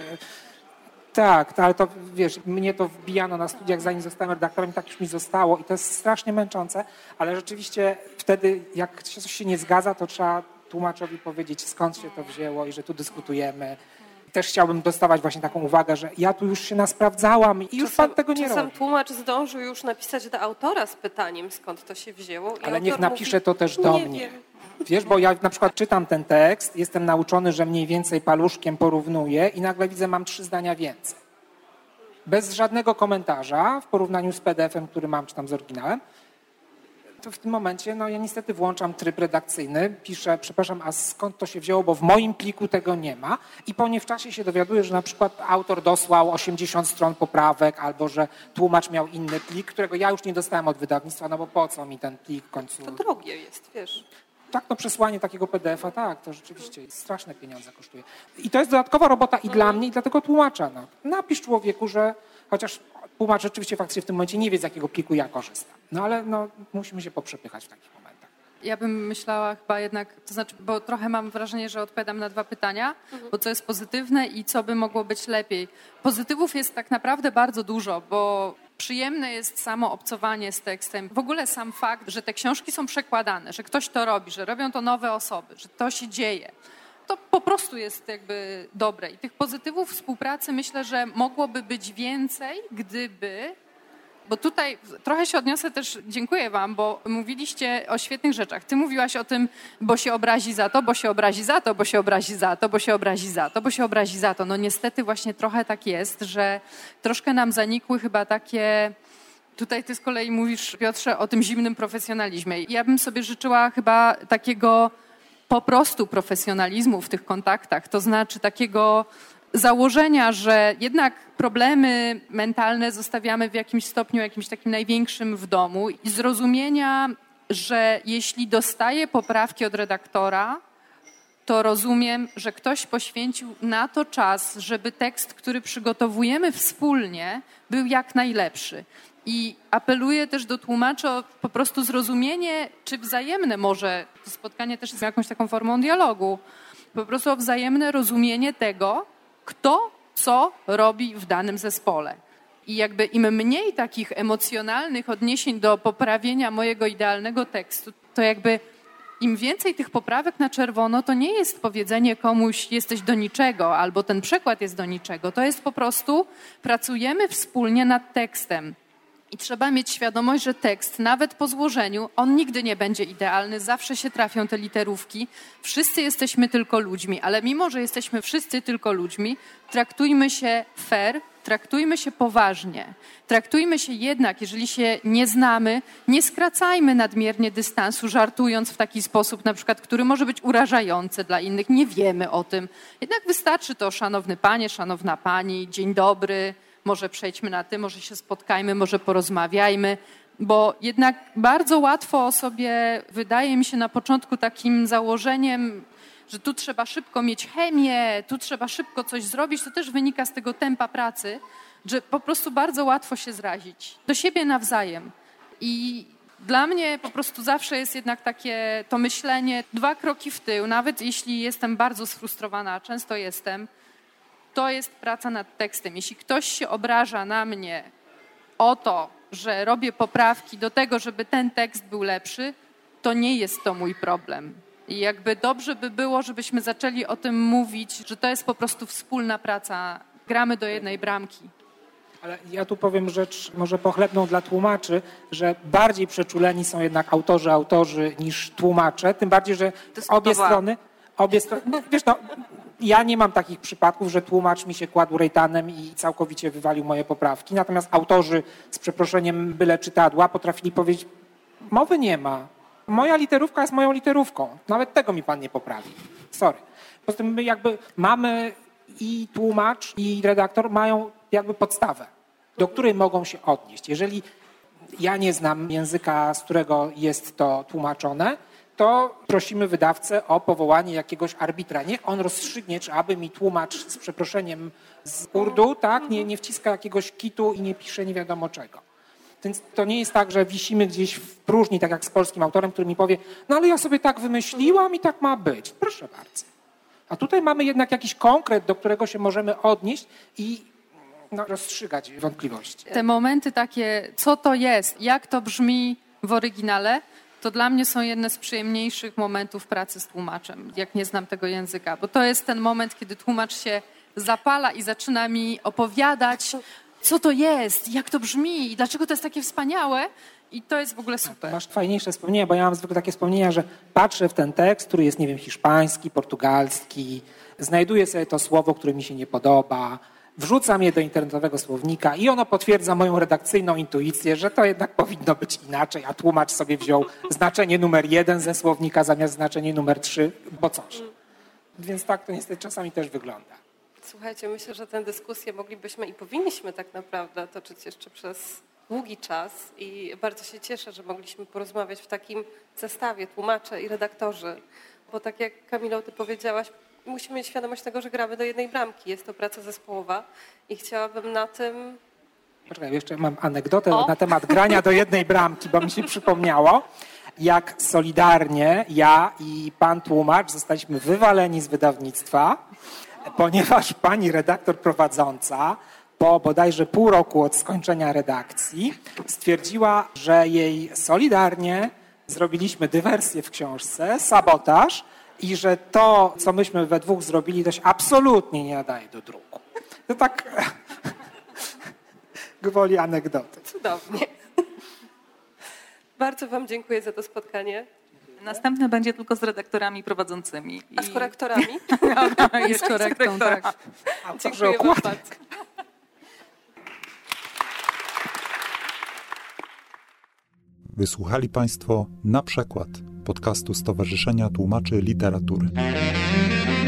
Tak, ale to wiesz, mnie to wbijano na studiach, zanim zostałem redaktorem, tak już mi zostało i to jest strasznie męczące, ale rzeczywiście wtedy, jak coś się nie zgadza, to trzeba tłumaczowi powiedzieć, skąd się to wzięło i że tu dyskutujemy. Też chciałbym dostawać właśnie taką uwagę, że ja tu już się nasprawdzałam i już Pan tego nie robi. Czasem tłumacz zdążył już napisać do autora z pytaniem, skąd to się wzięło. Ale niech napisze to też do mnie. Wiesz, bo ja na przykład czytam ten tekst, jestem nauczony, że mniej więcej paluszkiem porównuję i nagle widzę, mam 3 zdania więcej. Bez żadnego komentarza w porównaniu z PDF-em, który mam, czy tam z oryginałem. To w tym momencie, ja niestety włączam tryb redakcyjny, piszę, przepraszam, a skąd to się wzięło, bo w moim pliku tego nie ma i po niewczasie się dowiaduję, że na przykład autor dosłał 80 stron poprawek albo że tłumacz miał inny plik, którego ja już nie dostałem od wydawnictwa, bo po co mi ten plik w końcu? To drogie jest, wiesz. Tak, przesłanie takiego PDF-a, tak, to rzeczywiście straszne pieniądze kosztuje. I to jest dodatkowa robota i dla mnie, i dla tego tłumacza. Napisz człowieku, że chociaż tłumacz rzeczywiście faktycznie w tym momencie nie wie, z jakiego pliku ja korzystam. Ale musimy się poprzepychać w takich momentach. Ja bym myślała chyba jednak, to znaczy, bo trochę mam wrażenie, że odpowiadam na 2 pytania, bo co jest pozytywne i co by mogło być lepiej. Pozytywów jest tak naprawdę bardzo dużo, bo przyjemne jest samo obcowanie z tekstem. W ogóle sam fakt, że te książki są przekładane, że ktoś to robi, że robią to nowe osoby, że to się dzieje. To po prostu jest jakby dobre. I tych pozytywów współpracy myślę, że mogłoby być więcej, gdyby... Bo tutaj trochę się odniosę też, dziękuję wam, bo mówiliście o świetnych rzeczach. Ty mówiłaś o tym, bo się obrazi za to, bo się obrazi za to, bo się obrazi za to, bo się obrazi za to, bo się obrazi za to. Niestety właśnie trochę tak jest, że troszkę nam zanikły chyba takie... Tutaj ty z kolei mówisz, Piotrze, o tym zimnym profesjonalizmie. Ja bym sobie życzyła chyba takiego po prostu profesjonalizmu w tych kontaktach, to znaczy takiego założenia, że jednak problemy mentalne zostawiamy w jakimś stopniu, jakimś takim największym w domu i zrozumienia, że jeśli dostaję poprawki od redaktora, to rozumiem, że ktoś poświęcił na to czas, żeby tekst, który przygotowujemy wspólnie, był jak najlepszy. I apeluję też do tłumaczy o po prostu zrozumienie, czy wzajemne może, to spotkanie też jest jakąś taką formą dialogu, po prostu o wzajemne rozumienie tego, kto co robi w danym zespole. I jakby im mniej takich emocjonalnych odniesień do poprawienia mojego idealnego tekstu, to jakby im więcej tych poprawek na czerwono, to nie jest powiedzenie komuś jesteś do niczego albo ten przekład jest do niczego. To jest po prostu pracujemy wspólnie nad tekstem. I trzeba mieć świadomość, że tekst, nawet po złożeniu, on nigdy nie będzie idealny, zawsze się trafią te literówki. Wszyscy jesteśmy tylko ludźmi, ale mimo, że jesteśmy wszyscy tylko ludźmi, traktujmy się fair, traktujmy się poważnie. Traktujmy się jednak, jeżeli się nie znamy, nie skracajmy nadmiernie dystansu, żartując w taki sposób, na przykład, który może być urażający dla innych. Nie wiemy o tym. Jednak wystarczy to szanowny panie, szanowna pani, dzień dobry, może przejdźmy na ty, może się spotkajmy, może porozmawiajmy, bo jednak bardzo łatwo sobie, wydaje mi się na początku takim założeniem, że tu trzeba szybko mieć chemię, tu trzeba szybko coś zrobić, to też wynika z tego tempa pracy, że po prostu bardzo łatwo się zrazić do siebie nawzajem. I dla mnie po prostu zawsze jest jednak takie to myślenie 2 kroki w tył, nawet jeśli jestem bardzo sfrustrowana, a często jestem, to jest praca nad tekstem. Jeśli ktoś się obraża na mnie o to, że robię poprawki do tego, żeby ten tekst był lepszy, to nie jest to mój problem. I jakby dobrze by było, żebyśmy zaczęli o tym mówić, że to jest po prostu wspólna praca. Gramy do jednej bramki. Ale ja tu powiem rzecz może pochlebną dla tłumaczy, że bardziej przeczuleni są jednak autorzy niż tłumacze, tym bardziej, że obie strony, no, wiesz, no, ja nie mam takich przypadków, że tłumacz mi się kładł rejtanem i całkowicie wywalił moje poprawki, natomiast autorzy z przeproszeniem byle czytadła potrafili powiedzieć, mowy nie ma. Moja literówka jest moją literówką. Nawet tego mi pan nie poprawi. Sorry. Poza tym my jakby mamy i tłumacz, i redaktor mają jakby podstawę, do której mogą się odnieść. Jeżeli ja nie znam języka, z którego jest to tłumaczone, to prosimy wydawcę o powołanie jakiegoś arbitra. Niech on rozstrzygnie, czy aby mi tłumacz z przeproszeniem z Urdu, tak, nie wciska jakiegoś kitu i nie pisze nie wiadomo czego. Więc to nie jest tak, że wisimy gdzieś w próżni, tak jak z polskim autorem, który mi powie, no ale ja sobie tak wymyśliłam i tak ma być. Proszę bardzo. A tutaj mamy jednak jakiś konkret, do którego się możemy odnieść i rozstrzygać wątpliwości. Te momenty takie, co to jest, jak to brzmi w oryginale, to dla mnie są jedne z przyjemniejszych momentów pracy z tłumaczem, jak nie znam tego języka. Bo to jest ten moment, kiedy tłumacz się zapala i zaczyna mi opowiadać, co to jest, jak to brzmi i dlaczego to jest takie wspaniałe. I to jest w ogóle super. Masz fajniejsze wspomnienia, bo ja mam zwykle takie wspomnienia, że patrzę w ten tekst, który jest, nie wiem, hiszpański, portugalski, znajduję sobie to słowo, które mi się nie podoba, wrzucam je do internetowego słownika i ono potwierdza moją redakcyjną intuicję, że to jednak powinno być inaczej, a tłumacz sobie wziął znaczenie numer 1 ze słownika zamiast znaczenie numer 3, bo coś. Więc tak to niestety czasami też wygląda. Słuchajcie, myślę, że tę dyskusję moglibyśmy i powinniśmy tak naprawdę toczyć jeszcze przez długi czas i bardzo się cieszę, że mogliśmy porozmawiać w takim zestawie tłumacze i redaktorzy, bo tak jak Kamilo, ty powiedziałaś, musimy mieć świadomość tego, że gramy do jednej bramki. Jest to praca zespołowa i chciałabym na tym... Poczekaj, jeszcze mam anegdotę na temat grania do jednej bramki, bo mi się przypomniało, jak solidarnie ja i pan tłumacz zostaliśmy wywaleni z wydawnictwa, ponieważ pani redaktor prowadząca po bodajże pół roku od skończenia redakcji stwierdziła, że jej solidarnie zrobiliśmy dywersję w książce, sabotaż i że to, co myśmy we dwóch zrobili, to się absolutnie nie nadaje do druku. To tak gwoli anegdoty. Cudownie. Bardzo wam dziękuję za to spotkanie. Następne będzie tylko z redaktorami prowadzącymi. A z korektorami? I z korektą, tak. Dziękuję wam bardzo. Wysłuchali Państwo Na przykład podcastu Stowarzyszenia Tłumaczy Literatury.